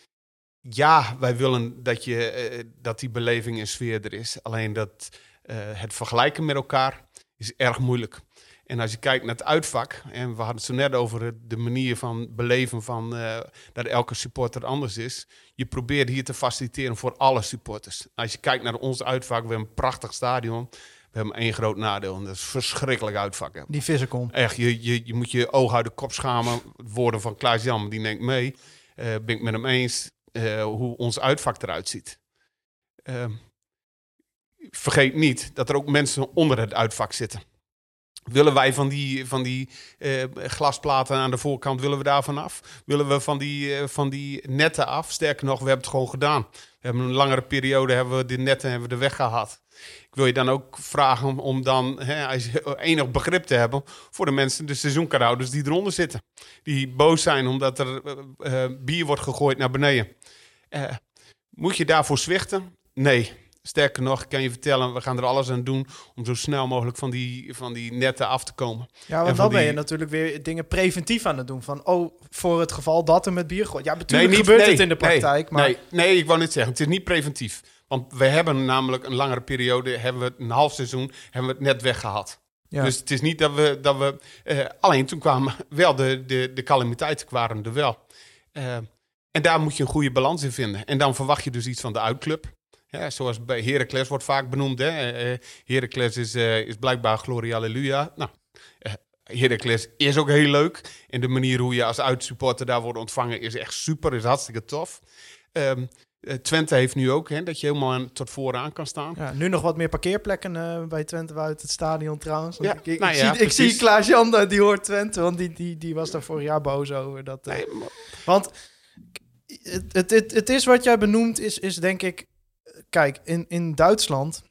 ja, wij willen dat, je, uh, dat die beleving en sfeer er is. Alleen dat uh, het vergelijken met elkaar is erg moeilijk. En als je kijkt naar het uitvak, en we hadden het zo net over de manier van beleven van uh, dat elke supporter anders is. Je probeert hier te faciliteren voor alle supporters. Als je kijkt naar ons uitvak, we hebben een prachtig stadion. We hebben één groot nadeel en dat is verschrikkelijk uitvak. Die vissenkom. Echt, je, je, je moet je oog uit de kop schamen. Woorden van Klaas-Jan, die neemt mee. Uh, ben ik met hem eens uh, hoe ons uitvak eruit ziet. Uh, vergeet niet dat er ook mensen onder het uitvak zitten. Willen wij van die, van die uh, glasplaten aan de voorkant, willen we daarvan af? Willen we van die, uh, van die netten af? Sterker nog, we hebben het gewoon gedaan. We hebben een langere periode, hebben we de netten hebben we er weggehaald. Ik wil je dan ook vragen om, om dan, hè, als je enig begrip te hebben voor de mensen, de seizoenkaarthouders die eronder zitten. Die boos zijn omdat er uh, uh, bier wordt gegooid naar beneden. Uh, moet je daarvoor zwichten? Nee. Sterker nog, ik kan je vertellen, we gaan er alles aan doen om zo snel mogelijk van die, van die netten af te komen. Ja, want dan die... ben je natuurlijk weer dingen preventief aan het doen. Van, oh, voor het geval dat er met bier gooit. Ja, natuurlijk nee, niet, gebeurt nee, het in de praktijk. Nee, maar... nee, nee, ik wou niet zeggen, het is niet preventief. Want we hebben namelijk een langere periode, hebben we een half seizoen, hebben we het net weggehaald. Ja. Dus het is niet dat we... Dat we uh, alleen toen kwamen wel de, de, de calamiteiten waren er wel. Uh, en daar moet je een goede balans in vinden. En dan verwacht je dus iets van de uitclub. Ja, zoals bij Heracles wordt vaak benoemd. Hè? Uh, Heracles is, uh, is blijkbaar Gloria Halleluja. Nou, uh, Heracles is ook heel leuk. En de manier hoe je als uitsupporter daar wordt ontvangen is echt super. Is hartstikke tof. Um, uh, Twente heeft nu ook, hè, dat je helemaal aan, tot vooraan kan staan. Ja, nu nog wat meer parkeerplekken uh, bij Twente buiten het stadion trouwens. Ja, ik, ik, nou ik, ja, zie, ik zie Klaas-Jan, die hoort Twente. Want die, die, die was daar vorig jaar boos over. Dat, uh, nee, maar... Want het, het, het, het is wat jij benoemt, is, is denk ik... Kijk, in, in Duitsland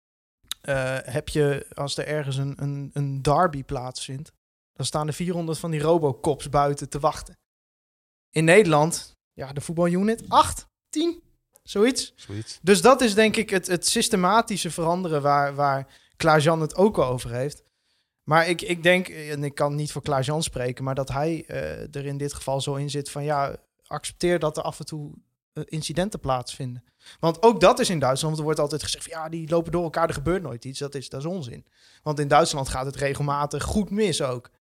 uh, heb je, als er ergens een, een, een derby plaatsvindt, dan staan er vierhonderd van die Robocops buiten te wachten. In Nederland, ja, de voetbalunit, acht, tien, zoiets. zoiets. Dus dat is denk ik het, het systematische veranderen waar, waar Klaas-Jan het ook al over heeft. Maar ik, ik denk, en ik kan niet voor Klaas-Jan spreken, maar dat hij uh, er in dit geval zo in zit van ja, accepteer dat er af en toe uh, incidenten plaatsvinden. Want ook dat is in Duitsland. Er wordt altijd gezegd van ja, die lopen door elkaar, er gebeurt nooit iets. Dat is, dat is onzin. Want in Duitsland gaat het regelmatig goed mis ook.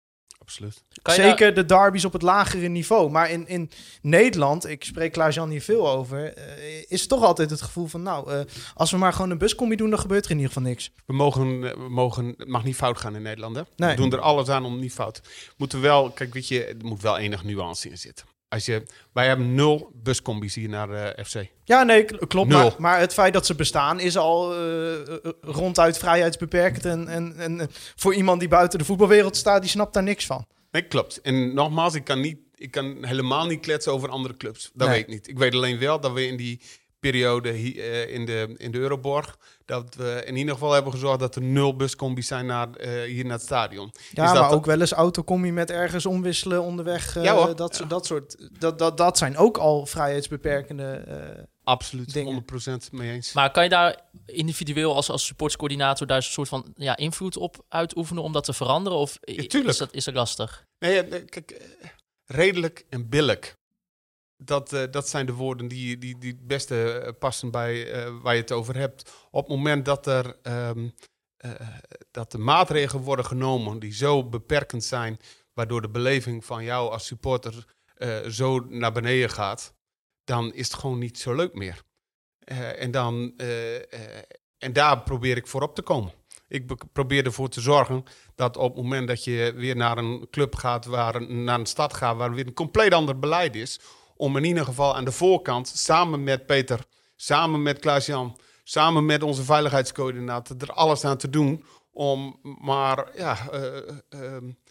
absoluut. Kan je Zeker daar- de derbies op het lagere niveau. Maar in, in Nederland, ik spreek Klaas-Jan hier veel over, uh, is toch altijd het gevoel van, nou, uh, als we maar gewoon een buscombi doen, dan gebeurt er in ieder geval niks. We mogen, we mogen, het mag niet fout gaan in Nederland, hè? Nee. We doen er alles aan om het niet fout. Moeten wel, kijk, weet je, er moet wel enig nuance in zitten. Als je, wij hebben nul buscombi's hier naar uh, F C. Ja, nee, k- klopt. Nul. Maar, maar het feit dat ze bestaan is al uh, uh, ronduit vrijheidsbeperkend. En, en, en uh, voor iemand die buiten de voetbalwereld staat, die snapt daar niks van. Nee, klopt. En nogmaals, ik kan, niet, ik kan helemaal niet kletsen over andere clubs. Dat Nee. weet ik niet. Ik weet alleen wel dat we in die periode hi- uh, in, de, in de Euroborg, dat we in ieder geval hebben gezorgd dat er nul buscombi's zijn naar, uh, hier naar het stadion. Ja, Is dat maar de- ook wel eens autocombi met ergens omwisselen onderweg. Uh, Ja, hoor. dat, Ja. dat soort. Dat, dat, dat zijn ook al vrijheidsbeperkende. Uh, Absoluut, dingen. honderd procent mee eens. Maar kan je daar individueel als, als supportscoördinator daar een soort van ja, invloed op uitoefenen om dat te veranderen? Of i- Ja, tuurlijk. is, dat, is dat lastig? Nee, ja, nee, kijk, eh, redelijk en billig. Dat, uh, dat zijn de woorden die, die, die het beste uh, passen bij uh, waar je het over hebt. Op het moment dat er um, uh, dat de maatregelen worden genomen die zo beperkend zijn, waardoor de beleving van jou als supporter uh, zo naar beneden gaat, dan is het gewoon niet zo leuk meer. Uh, en, dan, uh, uh, en daar probeer ik voor op te komen. Ik be- probeer ervoor te zorgen dat op het moment dat je weer naar een club gaat, waar een, naar een stad gaat, waar weer een compleet ander beleid is, om in ieder geval aan de voorkant, samen met Peter, samen met Klaas-Jan, samen met onze veiligheidscoördinator, er alles aan te doen om maar, ja, uh, uh,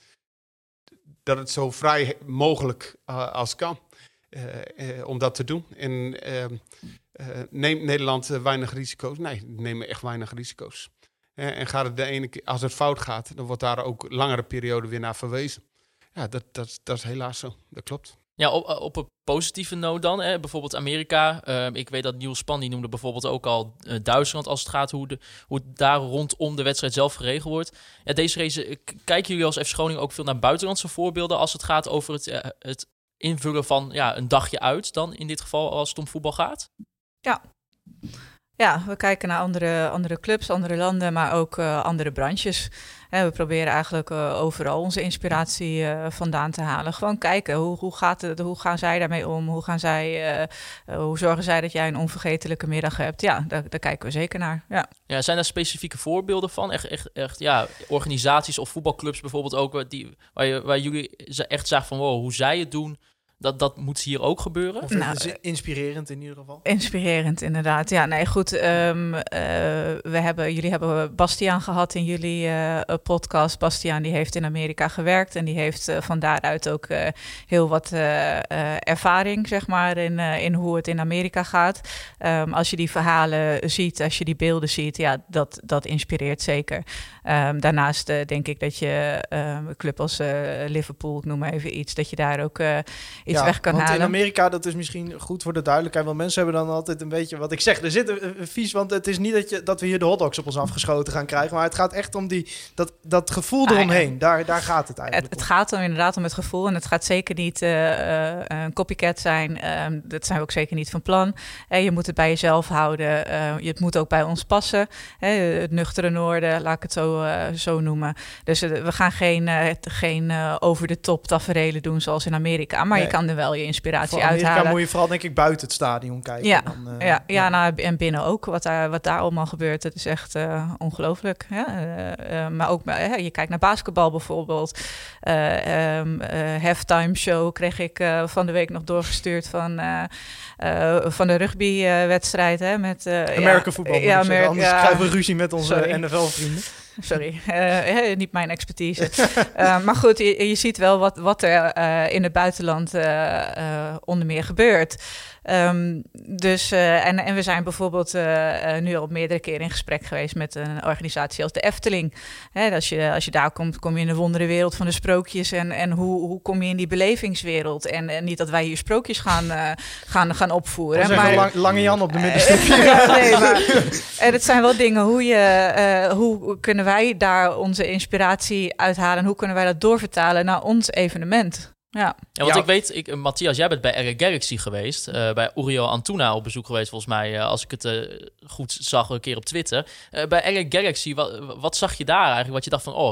dat het zo vrij mogelijk uh, als kan, uh, uh, om dat te doen. En uh, uh, neemt Nederland uh, weinig risico's? Nee, we nemen echt weinig risico's. Uh, en gaat het de ene keer, als het fout gaat, dan wordt daar ook langere periode weer naar verwezen. Ja, dat, dat, dat is helaas zo. Dat klopt. Ja, op, op een positieve noot dan, hè, bijvoorbeeld Amerika. Uh, ik weet dat Niels Span, die noemde bijvoorbeeld ook al uh, Duitsland als het gaat hoe, de, hoe het daar rondom de wedstrijd zelf geregeld wordt. Ja, deze race, uh, kijken jullie als F C Groningen ook veel naar buitenlandse voorbeelden als het gaat over het, uh, het invullen van ja, een dagje uit dan in dit geval als het om voetbal gaat? Ja. Ja, we kijken naar andere, andere clubs, andere landen, maar ook uh, andere branches. En we proberen eigenlijk uh, overal onze inspiratie uh, vandaan te halen. Gewoon kijken, hoe, hoe, gaat het, hoe gaan zij daarmee om? Hoe, gaan zij, uh, uh, hoe zorgen zij dat jij een onvergetelijke middag hebt? Ja, daar, daar kijken we zeker naar. Ja. Ja, zijn daar specifieke voorbeelden van? Echt, echt, echt ja, organisaties of voetbalclubs bijvoorbeeld ook, die, waar, je, waar jullie echt zagen van wow, hoe zij het doen, dat, dat moet hier ook gebeuren? of Nou, het is inspirerend in ieder geval. Inspirerend, inderdaad. Ja, nee, goed. Um, uh, we hebben, jullie hebben Bastiaan gehad in jullie uh, podcast. Bastiaan die heeft in Amerika gewerkt en die heeft uh, van daaruit ook uh, heel wat uh, uh, ervaring, zeg maar, in, uh, in hoe het in Amerika gaat. Um, als je die verhalen ziet, als je die beelden ziet, ja, dat, dat inspireert zeker. Um, daarnaast uh, denk ik dat je uh, een club als uh, Liverpool, ik noem maar even iets, dat je daar ook uh, iets ja, weg kan want halen. in Amerika, dat is misschien goed voor de duidelijkheid, want mensen hebben dan altijd een beetje, wat ik zeg, er zit een, een vies, want het is niet dat, je, dat we hier de hotdogs op ons afgeschoten gaan krijgen, maar het gaat echt om die, dat, dat gevoel Ah, ja. eromheen. Daar, daar gaat het Het, eigenlijk het om. gaat dan inderdaad om het gevoel en het gaat zeker niet uh, uh, een copycat zijn. Um, dat zijn we ook zeker niet van plan. Uh, je moet het bij jezelf houden. Uh, het moet ook bij ons passen. Uh, het nuchtere noorden, laat ik het zo, uh, zo noemen. Dus uh, we gaan geen, uh, geen uh, over de top taferelen doen zoals in Amerika. Maar Nee. je kan er wel je inspiratie Voor Amerika uithalen. moet je vooral denk ik buiten het stadion kijken. Ja, dan, uh, ja, ja, nou, en binnen ook. Wat daar, wat daar allemaal gebeurt, dat is echt uh, ongelooflijk. Ja? Uh, uh, maar ook, uh, je kijkt naar basketbal bijvoorbeeld. Uh, um, uh, halftime show kreeg ik uh, van de week nog doorgestuurd van, uh, uh, van de rugbywedstrijd. Uh, met uh, Amerika ja, voetbal, ja, Amer- anders ja. krijgen we ruzie met onze Sorry. N F L-vrienden. Sorry, uh, niet mijn expertise. uh, maar goed, je, je ziet wel wat, wat er uh, in het buitenland uh, uh, onder meer gebeurt. Um, dus, uh, en, en we zijn bijvoorbeeld uh, uh, nu al meerdere keren in gesprek geweest met een organisatie als de Efteling. Hè, als, je, als je daar komt, kom je in de wonderenwereld van de sprookjes. En, en hoe, hoe kom je in die belevingswereld? En, en niet dat wij hier sprookjes gaan, uh, gaan, gaan opvoeren. Dan zeggen we lang, Lange Jan op de middenstip. ja, nee, maar en het zijn wel dingen, hoe, je, uh, hoe kunnen wij daar onze inspiratie uithalen? En hoe kunnen wij dat doorvertalen naar ons evenement? Ja. Ja, want Ja. ik weet, ik, Matthias, jij bent bij R Galaxy geweest. Uh, bij Uriel Antuna op bezoek geweest, volgens mij. Uh, als ik het uh, goed zag een keer op Twitter. Uh, bij R Galaxy, wat, wat zag je daar eigenlijk? Wat je dacht van, oh,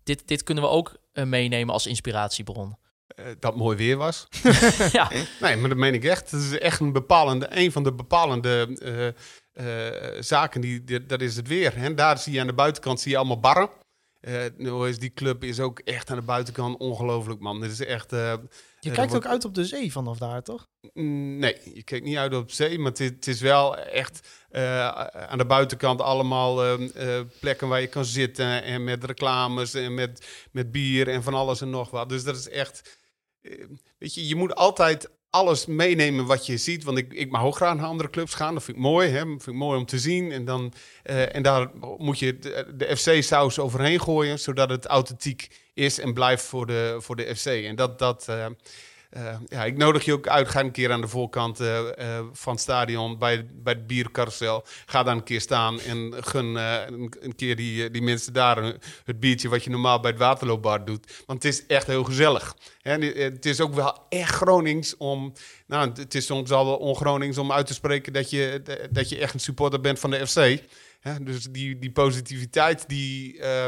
dit, dit kunnen we ook uh, meenemen als inspiratiebron. Uh, dat mooi weer was. Ja. Nee, maar dat meen ik echt. Het is echt een bepalende, een van de bepalende uh, uh, zaken. Die, die, dat is het weer. Hè? Daar zie je aan de buitenkant zie je allemaal barren. Uh, nou is die club is ook echt aan de buitenkant ongelooflijk, man. Dit is echt... Uh, je uh, kijkt wordt... ook uit op de zee vanaf daar, toch? Nee, je kijkt niet uit op zee, maar het is, het is wel echt uh, aan de buitenkant allemaal uh, uh, plekken waar je kan zitten en met reclames en met, met bier en van alles en nog wat. Dus dat is echt, uh, weet je, je moet altijd alles meenemen wat je ziet, want ik, ik mag ook graag naar andere clubs gaan. Dat vind ik mooi, hè? Dat vind ik mooi om te zien. En, dan, uh, en daar moet je de, de F C-saus overheen gooien, zodat het authentiek is en blijft voor de, voor de F C. En dat... dat uh, Uh, ja, ik nodig je ook uit. Ga een keer aan de voorkant uh, uh, van het stadion bij, bij het biercarousel. Ga daar een keer staan en gun uh, een, een keer die, die mensen daar een, het biertje wat je normaal bij het Waterloobar doet. Want het is echt heel gezellig. En het is ook wel echt Gronings om... Nou, het is soms al wel on-Gronings om uit te spreken dat je, dat je echt een supporter bent van de F C. Ja, dus die, die positiviteit die... Uh,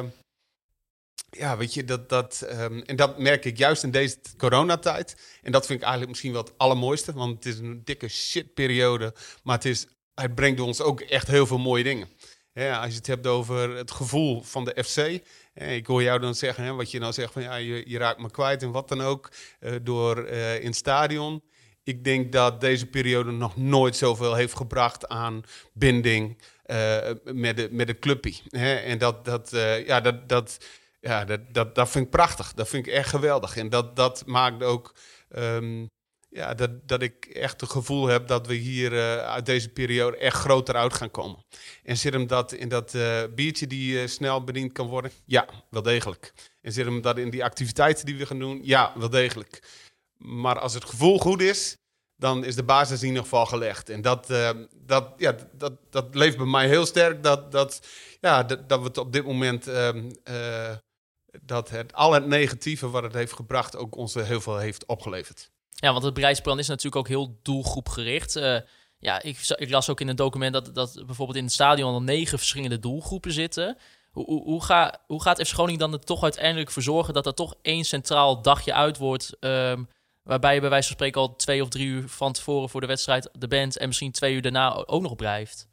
Ja, weet je, dat, dat, um, en dat merk ik juist in deze coronatijd. En dat vind ik eigenlijk misschien wel het allermooiste. Want het is een dikke shitperiode. Maar het, is, het brengt ons ook echt heel veel mooie dingen. Ja, als je het hebt over het gevoel van de F C. Eh, ik hoor jou dan zeggen, hè, wat je nou zegt van ja, je, je raakt me kwijt en wat dan ook. Uh, door uh, in het stadion. Ik denk dat deze periode nog nooit zoveel heeft gebracht aan binding uh, met, de, met de clubpie. Hè? En dat, dat, uh, ja, dat, dat, ja, dat, dat, dat vind ik prachtig. Dat vind ik echt geweldig. En dat, dat maakt ook um, ja, dat, dat ik echt het gevoel heb dat we hier uh, uit deze periode echt groter uit gaan komen. En zit hem dat in dat uh, biertje die uh, snel bediend kan worden? Ja, wel degelijk. En zit hem dat in die activiteiten die we gaan doen? Ja, wel degelijk. Maar als het gevoel goed is, dan is de basis in ieder geval gelegd. En dat, uh, dat, ja, dat, dat leeft bij mij heel sterk. Dat, dat, ja, dat, dat we het op dit moment... Uh, uh, dat het, al het negatieve wat het heeft gebracht ook ons heel veel heeft opgeleverd. Ja, want het bereidsplan is natuurlijk ook heel doelgroepgericht. Uh, ja, ik, ik las ook in een document dat, dat bijvoorbeeld in het stadion al negen verschillende doelgroepen zitten. Hoe, hoe, hoe, ga, hoe gaat F C Groningen dan er toch uiteindelijk voor zorgen dat er toch één centraal dagje uit wordt... Um, waarbij je bij wijze van spreken al twee of drie uur van tevoren voor de wedstrijd de band en misschien twee uur daarna ook nog blijft?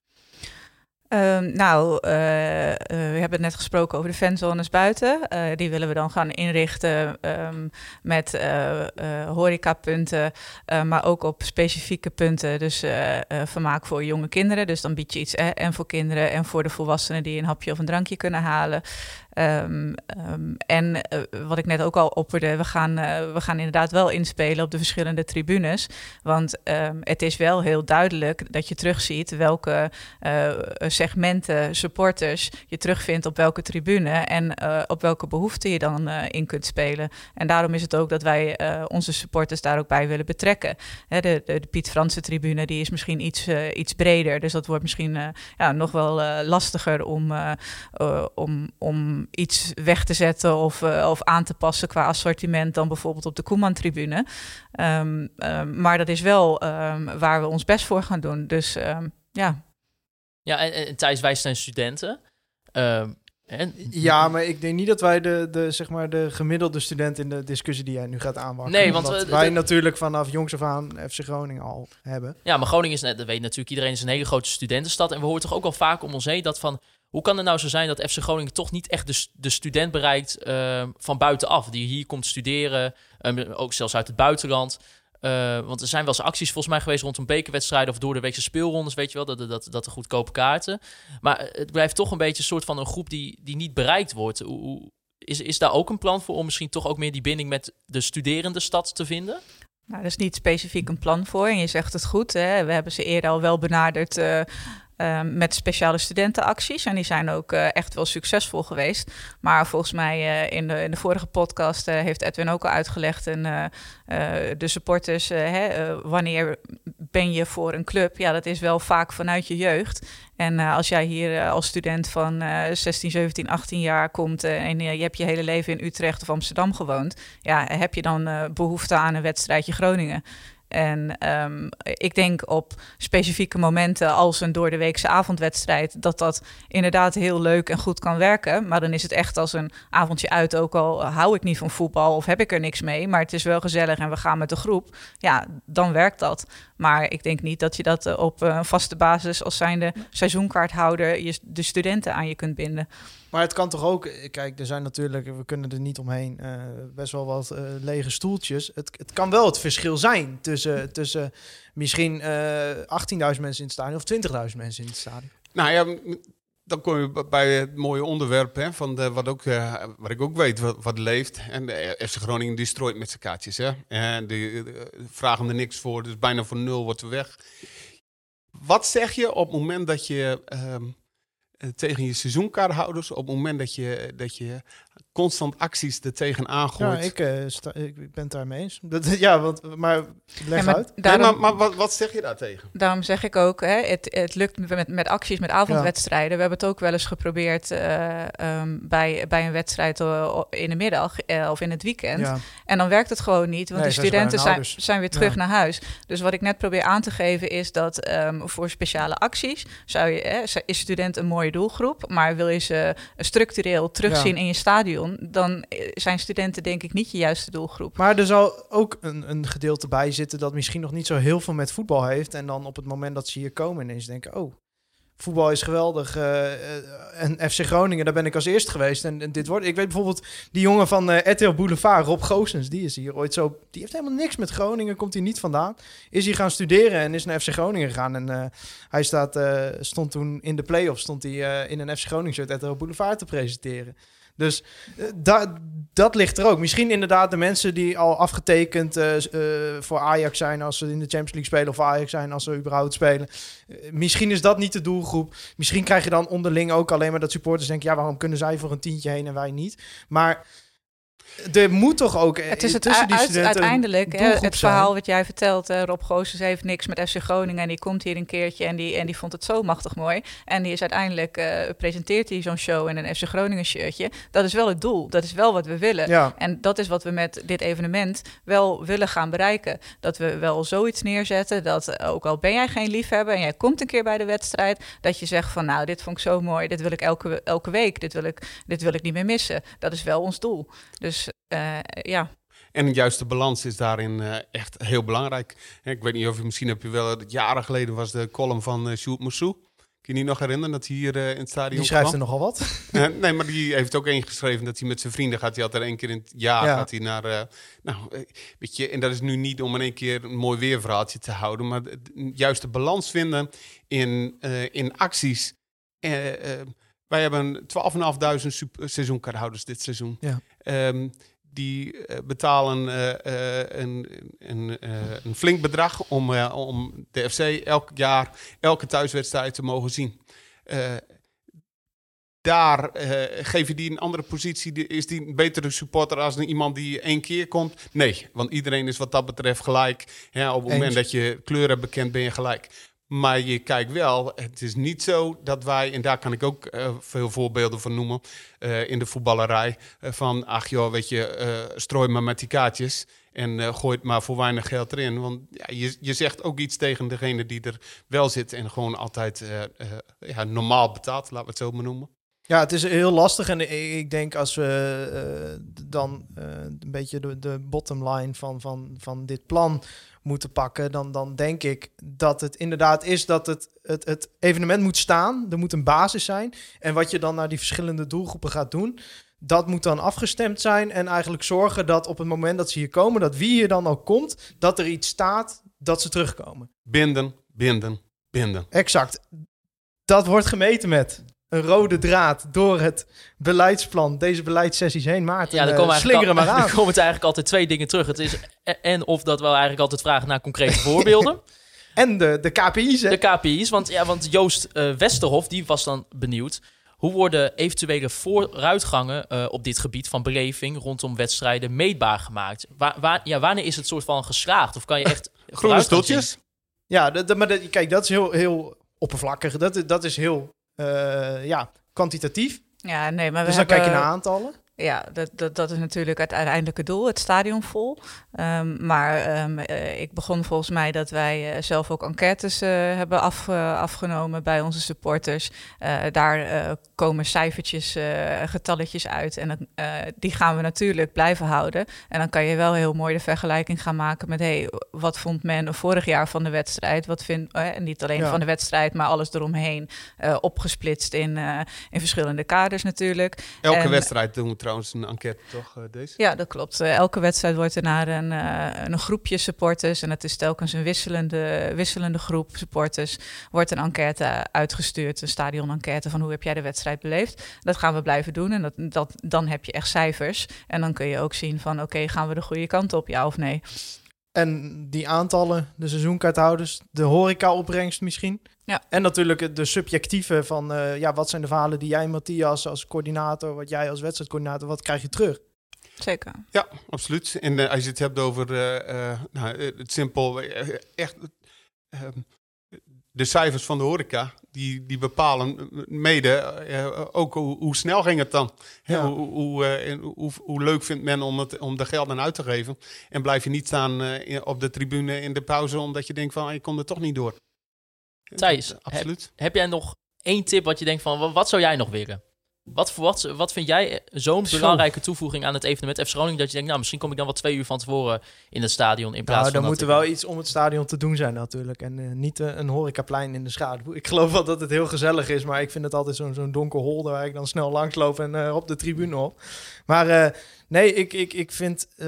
Um, nou, uh, uh, we hebben het net gesproken over de fanzones buiten. Uh, die willen we dan gaan inrichten um, met uh, uh, horecapunten, uh, maar ook op specifieke punten. Dus uh, uh, vermaak voor jonge kinderen. Dus dan bied je iets eh, en voor kinderen en voor de volwassenen die een hapje of een drankje kunnen halen. Um, um, en uh, wat ik net ook al opperde, we gaan, uh, we gaan inderdaad wel inspelen op de verschillende tribunes. Want um, het is wel heel duidelijk dat je terugziet welke uh, segmenten supporters je terugvindt op welke tribune en uh, op welke behoeften je dan uh, in kunt spelen. En daarom is het ook dat wij uh, onze supporters daar ook bij willen betrekken. Hè, de, de, de Piet Franse tribune die is misschien iets, uh, iets breder, dus dat wordt misschien uh, ja, nog wel uh, lastiger om, uh, uh, om, om iets weg te zetten of, uh, of aan te passen qua assortiment dan bijvoorbeeld op de Koeman-tribune. Um, um, maar dat is wel um, waar we ons best voor gaan doen. Dus um, ja. Ja, en, en Thijs, wij zijn studenten. Um, en... Ja, maar ik denk niet dat wij de, de, zeg maar de gemiddelde student in de discussie die jij nu gaat aanwakkeren. Nee, want Wat uh, wij de... natuurlijk vanaf jongs af aan F C Groningen al hebben. Ja, maar Groningen is, net, dat weet natuurlijk iedereen, is een hele grote studentenstad. En we horen toch ook wel vaak om ons heen dat van... Hoe kan het nou zo zijn dat F C Groningen toch niet echt de, de student bereikt uh, van buitenaf? Die hier komt studeren, um, ook zelfs uit het buitenland. Uh, want er zijn wel eens acties volgens mij geweest rondom bekerwedstrijden of door de weekse speelrondes, weet je wel, dat, dat, dat de goedkope kaarten. Maar het blijft toch een beetje een soort van een groep die, die niet bereikt wordt. Hoe, is, is daar ook een plan voor om misschien toch ook meer die binding met de studerende stad te vinden? Nou, er is niet specifiek een plan voor en je zegt het goed. Hè? We hebben ze eerder al wel benaderd... Uh, Uh, met speciale studentenacties. En die zijn ook uh, echt wel succesvol geweest. Maar volgens mij uh, in, de, in de vorige podcast uh, heeft Edwin ook al uitgelegd. En uh, uh, de supporters, uh, hè, uh, wanneer ben je voor een club? Ja, dat is wel vaak vanuit je jeugd. En uh, als jij hier uh, als student van uh, zestien, zeventien, achttien jaar komt... Uh, en uh, je hebt je hele leven in Utrecht of Amsterdam gewoond... ja, heb je dan uh, behoefte aan een wedstrijdje Groningen? En um, ik denk op specifieke momenten als een doordeweekse avondwedstrijd... dat dat inderdaad heel leuk en goed kan werken. Maar dan is het echt als een avondje uit, ook al hou ik niet van voetbal... of heb ik er niks mee, maar het is wel gezellig en we gaan met de groep. Ja, dan werkt dat. Maar ik denk niet dat je dat op een vaste basis als zijnde seizoenkaarthouder... je de studenten aan je kunt binden. Maar het kan toch ook... Kijk, er zijn natuurlijk... We kunnen er niet omheen. Uh, best wel wat uh, lege stoeltjes. Het, het kan wel het verschil zijn tussen, tussen misschien uh, achttienduizend mensen in het stadion... of twintigduizend mensen in het stadion. Nou ja, dan kom je bij het mooie onderwerp... Hè, van de, wat, ook, uh, wat ik ook weet, wat, wat leeft. En de F C Groningen die strooit met zijn kaartjes. Hè? En die uh, vragen er niks voor. Dus bijna voor nul wordt er weg. Wat zeg je op het moment dat je... Um, tegen je seizoenkaarthouders, op het moment dat je, dat je constant acties er tegenaan gooit. Ja, ik, uh, sta, ik ben het daarmee eens. Dat, ja, want, maar leg ja, maar uit. Daarom, nee, maar maar wat, wat zeg je daar tegen? Daarom zeg ik ook, hè, het, het lukt met, met acties, met avondwedstrijden. Ja. We hebben het ook wel eens geprobeerd uh, um, bij, bij een wedstrijd uh, in de middag uh, of in het weekend. Ja. En dan werkt het gewoon niet, want nee, de studenten zijn, zijn weer terug ja. naar huis. Dus wat ik net probeer aan te geven is dat um, voor speciale acties zou je, hè, is student een mooie doelgroep, maar wil je ze structureel terugzien ja. in je stadion, dan zijn studenten denk ik niet je juiste doelgroep. Maar er zal ook een, een gedeelte bij zitten dat misschien nog niet zo heel veel met voetbal heeft en dan op het moment dat ze hier komen ineens denken, oh, voetbal is geweldig. Uh, en F C Groningen, daar ben ik als eerste geweest. En, en dit wordt, ik weet bijvoorbeeld die jongen van uh, R T L Boulevard, Rob Goossens, die is hier ooit zo, die heeft helemaal niks met Groningen, komt hier niet vandaan. Is hier gaan studeren en is naar F C Groningen gegaan. En uh, hij staat, uh, stond toen in de play-offs, stond hij uh, in een F C Groningen shirt R T L Boulevard te presenteren. Dus uh, da- dat ligt er ook. Misschien inderdaad de mensen die al afgetekend uh, uh, voor Ajax zijn als ze in de Champions League spelen, of voor Ajax zijn als ze überhaupt spelen. Uh, misschien is dat niet de doelgroep. Misschien krijg je dan onderling ook alleen maar dat supporters denken, ja, waarom kunnen zij voor een tientje heen en wij niet? Maar er moet toch ook het is het tussen die uit, studenten uiteindelijk hè, het verhaal zijn. Wat jij vertelt. Uh, Rob Goossens heeft niks met F C Groningen en die komt hier een keertje en die, en die vond het zo machtig mooi. En die is uiteindelijk uh, presenteert hij zo'n show in een F C Groningen shirtje. Dat is wel het doel. Dat is wel wat we willen. Ja. En dat is wat we met dit evenement wel willen gaan bereiken. Dat we wel zoiets neerzetten dat uh, ook al ben jij geen liefhebber en jij komt een keer bij de wedstrijd, dat je zegt van nou, dit vond ik zo mooi. Dit wil ik elke, elke week. Dit wil ik, dit wil ik niet meer missen. Dat is wel ons doel. Dus Uh, ja. En de juiste balans is daarin uh, echt heel belangrijk. Ik weet niet of je misschien heb je wel... Jaren geleden was de column van uh, Sjoerd Moussou. Kun je je nog herinneren dat hij hier uh, in het stadion Die schrijft kwam? er nogal wat. Uh, nee, maar die heeft ook één geschreven dat hij met zijn vrienden gaat. Hij had er één keer in het jaar ja. gaat hij naar... Uh, nou, weet je, en dat is nu niet om in één keer een mooi weerverhaaltje te houden, maar de, de juiste balans vinden in, uh, in acties. Uh, uh, wij hebben twaalfduizend vijfhonderd seizoenkaarthouders dit seizoen. Ja. Um, die uh, betalen uh, uh, een, een, uh, een flink bedrag om, uh, om de F C elk jaar, elke thuiswedstrijd te mogen zien. Uh, daar uh, geef je die een andere positie. Is die een betere supporter als iemand die één keer komt? Nee, want iedereen is wat dat betreft gelijk. Ja, op het moment dat je kleuren bekend ben je gelijk. Maar je kijkt wel, het is niet zo dat wij, en daar kan ik ook uh, veel voorbeelden van noemen, uh, in de voetballerij, uh, van ach joh, weet je, uh, strooi maar met die kaartjes en uh, gooi het maar voor weinig geld erin. Want ja, je, je zegt ook iets tegen degene die er wel zit en gewoon altijd uh, uh, ja, normaal betaalt, laten we het zo maar noemen. Ja, het is heel lastig en ik denk als we uh, dan uh, een beetje de, de bottom line van, van, van dit plan moeten pakken, dan, dan denk ik dat het inderdaad is dat het, het, het evenement moet staan. Er moet een basis zijn. En wat je dan naar die verschillende doelgroepen gaat doen, dat moet dan afgestemd zijn en eigenlijk zorgen dat op het moment dat ze hier komen, dat wie hier dan ook komt, dat er iets staat dat ze terugkomen. Binden, binden, binden. Exact. Dat wordt gemeten met een rode draad door het beleidsplan, deze beleidssessies heen. Maarten, ja, dan komen uh, slingeren al, maar aan. Dan komen het eigenlijk altijd twee dingen terug. Het is en of dat we eigenlijk altijd vragen naar concrete voorbeelden. En de, de K P I's, hè? De K P I's, want, ja, want Joost uh, Westerhof, die was dan benieuwd. Hoe worden eventuele vooruitgangen uh, op dit gebied van beleving rondom wedstrijden meetbaar gemaakt? Waar, waar, ja, wanneer is het soort van geslaagd? Of kan je echt groene stoeltjes? Ja, de, de, maar de, kijk, dat is heel, heel oppervlakkig. Dat, dat is heel uh, ja, kwantitatief. Ja, nee, maar we dus dan hebben, kijk je naar aantallen. Ja, dat, dat, dat is natuurlijk het uiteindelijke doel, het stadion vol. Um, maar um, uh, ik begon volgens mij dat wij uh, zelf ook enquêtes uh, hebben af, uh, afgenomen bij onze supporters. Uh, daar uh, komen cijfertjes, uh, getalletjes uit en uh, die gaan we natuurlijk blijven houden. En dan kan je wel heel mooi de vergelijking gaan maken met, hey, wat vond men vorig jaar van de wedstrijd? Wat vindt, uh, en niet alleen ja. van de wedstrijd, maar alles eromheen, uh, opgesplitst in, uh, in verschillende kaders natuurlijk. Elke en, wedstrijd doen we trouwens een enquête, toch, uh, deze? Ja, dat klopt. Uh, elke wedstrijd wordt er naar een, uh, een groepje supporters, en het is telkens een wisselende, wisselende groep supporters, wordt een enquête uitgestuurd, een stadion-enquête van hoe heb jij de wedstrijd beleefd. Dat gaan we blijven doen en dat, dat, dan heb je echt cijfers. En dan kun je ook zien van, oké, okay, gaan we de goede kant op, ja of nee? En die aantallen, de seizoenkaarthouders, de horeca-opbrengst misschien. Ja. En natuurlijk de subjectieve van, uh, ja, wat zijn de verhalen die jij, Matthias, als coördinator, wat jij als wedstrijdcoördinator, wat krijg je terug? Zeker. Ja, absoluut. En uh, als je het hebt over uh, uh, nou, het simpel, uh, echt uh, de cijfers van de horeca, die, die bepalen mede uh, ook hoe, hoe snel ging het dan. Ja. He, hoe, hoe, uh, hoe, hoe leuk vindt men om, het, om de gelden uit te geven. En blijf je niet staan uh, in, op de tribune in de pauze omdat je denkt van, ik kom er toch niet door. Thijs, uh, absoluut. Heb, heb jij nog één tip wat je denkt van, wat zou jij nog willen? Wat, wat, wat vind jij zo'n Zo. belangrijke toevoeging aan het evenement F C Groningen, dat je denkt, nou, misschien kom ik dan wel twee uur van tevoren in het stadion in plaats nou, van... dan moet er wel iets om het stadion te doen zijn natuurlijk. En uh, niet uh, een horecaplein in de schaduw. Ik geloof wel dat het heel gezellig is, maar ik vind het altijd zo'n zo'n donker hol waar ik dan snel langs loop en uh, op de tribune op. Maar uh, nee, ik, ik, ik vind, uh,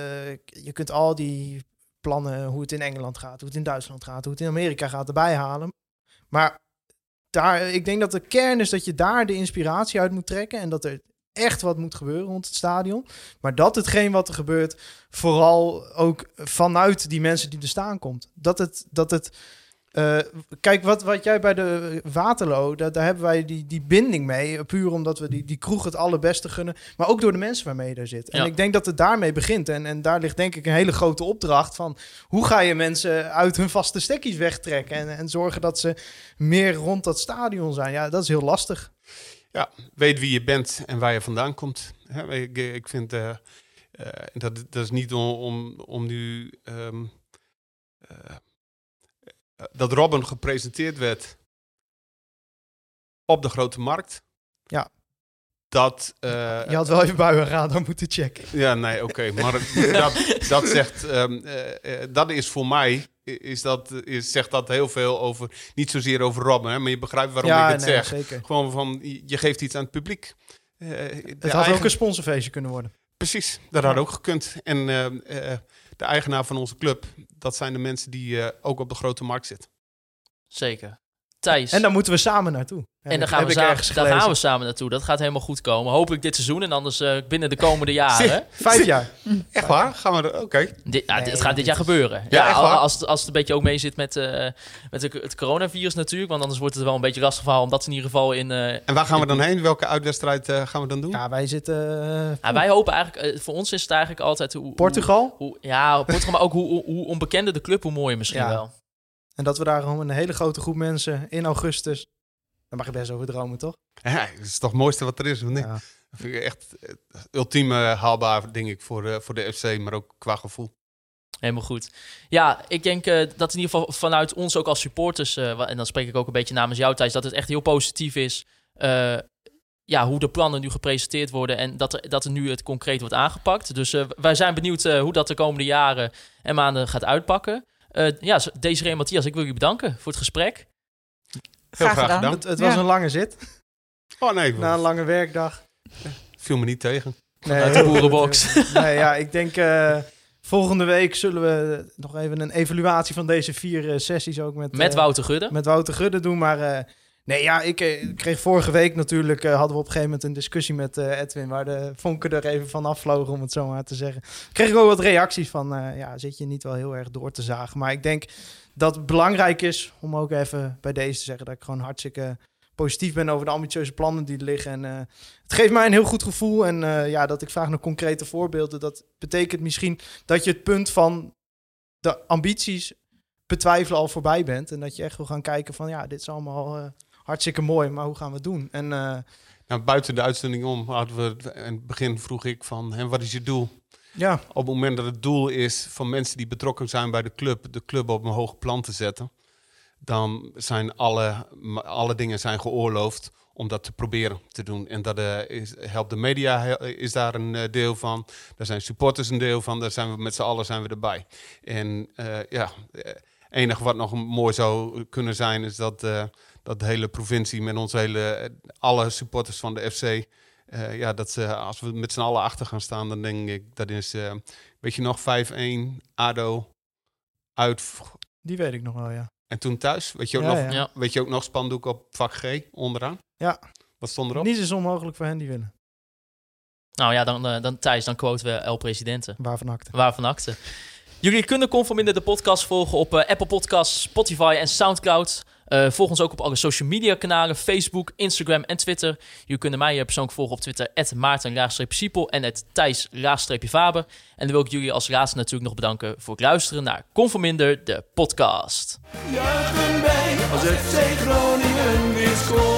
je kunt al die plannen, hoe het in Engeland gaat, hoe het in Duitsland gaat, hoe het in Amerika gaat, erbij halen. Maar daar, ik denk dat de kern is dat je daar de inspiratie uit moet trekken en dat er echt wat moet gebeuren rond het stadion. Maar dat hetgeen wat er gebeurt vooral ook vanuit die mensen die er staan komt. Dat het... Dat het uh, kijk, wat, wat jij bij de Waterloo, daar, daar hebben wij die, die binding mee. Puur omdat we die, die kroeg het allerbeste gunnen. Maar ook door de mensen waarmee je daar zit. En ja. ik denk dat het daarmee begint. En, en daar ligt denk ik een hele grote opdracht van hoe ga je mensen uit hun vaste stekkies wegtrekken. En, en zorgen dat ze meer rond dat stadion zijn. Ja, dat is heel lastig. Ja, weet wie je bent en waar je vandaan komt. Ja, ik, ik vind uh, uh, dat, dat is niet om, om, om nu... Um, uh, dat Robben gepresenteerd werd op de Grote Markt. Ja. Dat... Uh, je had wel even bij een radar moeten checken. Ja, nee, oké. Okay, maar dat, dat zegt... Um, uh, uh, dat is voor mij... Is dat, is, zegt dat heel veel over... Niet zozeer over Robben, hè, maar je begrijpt waarom ja, ik het nee, zeg. Zeker. Gewoon van, je geeft iets aan het publiek. Uh, het had eigen... ook een sponsorfeestje kunnen worden. Precies, dat had ook gekund. En uh, uh, de eigenaar van onze club, dat zijn de mensen die uh, ook op de Grote Markt zitten. Zeker. Thijs. En dan moeten we samen naartoe. En dan gaan, we samen, daar gaan we samen naartoe. Dat gaat helemaal goed komen. Hopelijk dit seizoen en anders uh, binnen de komende jaren. Vijf jaar. Echt waar? Gaan we er? Oké. Okay. Dit, nou, nee, het gaat dit jaar gebeuren. Ja, ja, als, het, als het een beetje ook mee zit met, uh, met de, het coronavirus natuurlijk. Want anders wordt het wel een beetje lastig verhaal. Omdat in ieder geval in... Uh, en waar gaan we dan heen? Welke uitwedstrijd uh, gaan we dan doen? Ja, wij zitten... Uh, ja, wij hopen eigenlijk... Uh, voor ons is het eigenlijk altijd... Hoe, Portugal? Hoe, hoe, ja, Portugal. Maar ook hoe, hoe, hoe onbekender de club, hoe mooier misschien ja. wel. En dat we daar gewoon een hele grote groep mensen in augustus... Daar mag je best over dromen, toch? Ja, dat is toch het mooiste wat er is, of niet? Ja. Dat vind ik echt het ultieme haalbaar, denk ik, voor, uh, voor de F C, maar ook qua gevoel. Helemaal goed. Ja, ik denk uh, dat in ieder geval vanuit ons ook als supporters... Uh, en dan spreek ik ook een beetje namens jou, Thijs... dat het echt heel positief is... Uh, ja, hoe de plannen nu gepresenteerd worden... en dat er, dat er nu het concreet wordt aangepakt. Dus uh, wij zijn benieuwd uh, hoe dat de komende jaren en maanden gaat uitpakken. Uh, ja, Desiree en Matthias, ik wil jullie bedanken voor het gesprek. Heel graag, graag gedaan. Het, het was ja. een lange zit. Oh nee. Na een lange werkdag. Viel me niet tegen. Nee, uit de boerenbox. Nee, ja, ik denk uh, volgende week zullen we nog even een evaluatie van deze vier uh, sessies ook met... Met uh, Wouter Gudde. Met Wouter Gudde doen, maar... Uh, nee, ja, ik uh, kreeg vorige week natuurlijk... Uh, hadden we op een gegeven moment een discussie met uh, Edwin... waar de vonken er even van afvlogen, om het zo maar te zeggen. Kreeg ik ook wat reacties van... Uh, ja, zit je niet wel heel erg door te zagen. Maar ik denk dat het belangrijk is om ook even bij deze te zeggen... dat ik gewoon hartstikke positief ben over de ambitieuze plannen die er liggen. En uh, het geeft mij een heel goed gevoel. En uh, ja, dat ik vraag naar concrete voorbeelden. Dat betekent misschien dat je het punt van de ambities betwijfelen al voorbij bent. En dat je echt wil gaan kijken van... ja, dit is allemaal uh, hartstikke mooi, maar hoe gaan we het doen? En... Uh, Nou, buiten de uitzending om hadden we in het begin vroeg ik van, en wat is je doel? Ja. Op het moment dat het doel is van mensen die betrokken zijn bij de club, de club op een hoog plan te zetten, dan zijn alle, alle dingen zijn geoorloofd om dat te proberen te doen. En dat uh, is, helpt de media, is daar een uh, deel van. Daar zijn supporters een deel van. Daar zijn we met z'n allen zijn we erbij. En uh, ja, het enige wat nog mooi zou kunnen zijn, is dat, uh, dat de hele provincie met ons hele, alle supporters van de F C, uh, ja, dat ze, als we met z'n allen achter gaan staan, dan denk ik, dat is, uh, weet je nog, vijf-één, A D O, uit. Die weet ik nog wel, ja. En toen thuis, weet je ook, Ja, nog, ja. Ja. weet je ook nog spandoek op vak G onderaan? Ja. Wat stond erop? Niets is onmogelijk voor hen die winnen. Nou ja, dan, uh, dan Thijs, dan quoten we El Presidente. Waarvan acte. Waarvan acte. Jullie kunnen Conforminder de podcast volgen op uh, Apple Podcasts, Spotify en Soundcloud. Uh, volg ons ook op alle social media kanalen, Facebook, Instagram en Twitter. Jullie kunnen mij uh, persoonlijk volgen op Twitter, at Maarten-Siepel en at Thijs-Faber. En dan wil ik jullie als laatste natuurlijk nog bedanken voor het luisteren naar Conforminder de podcast. Juichen wij als F C Groningen weer scoort.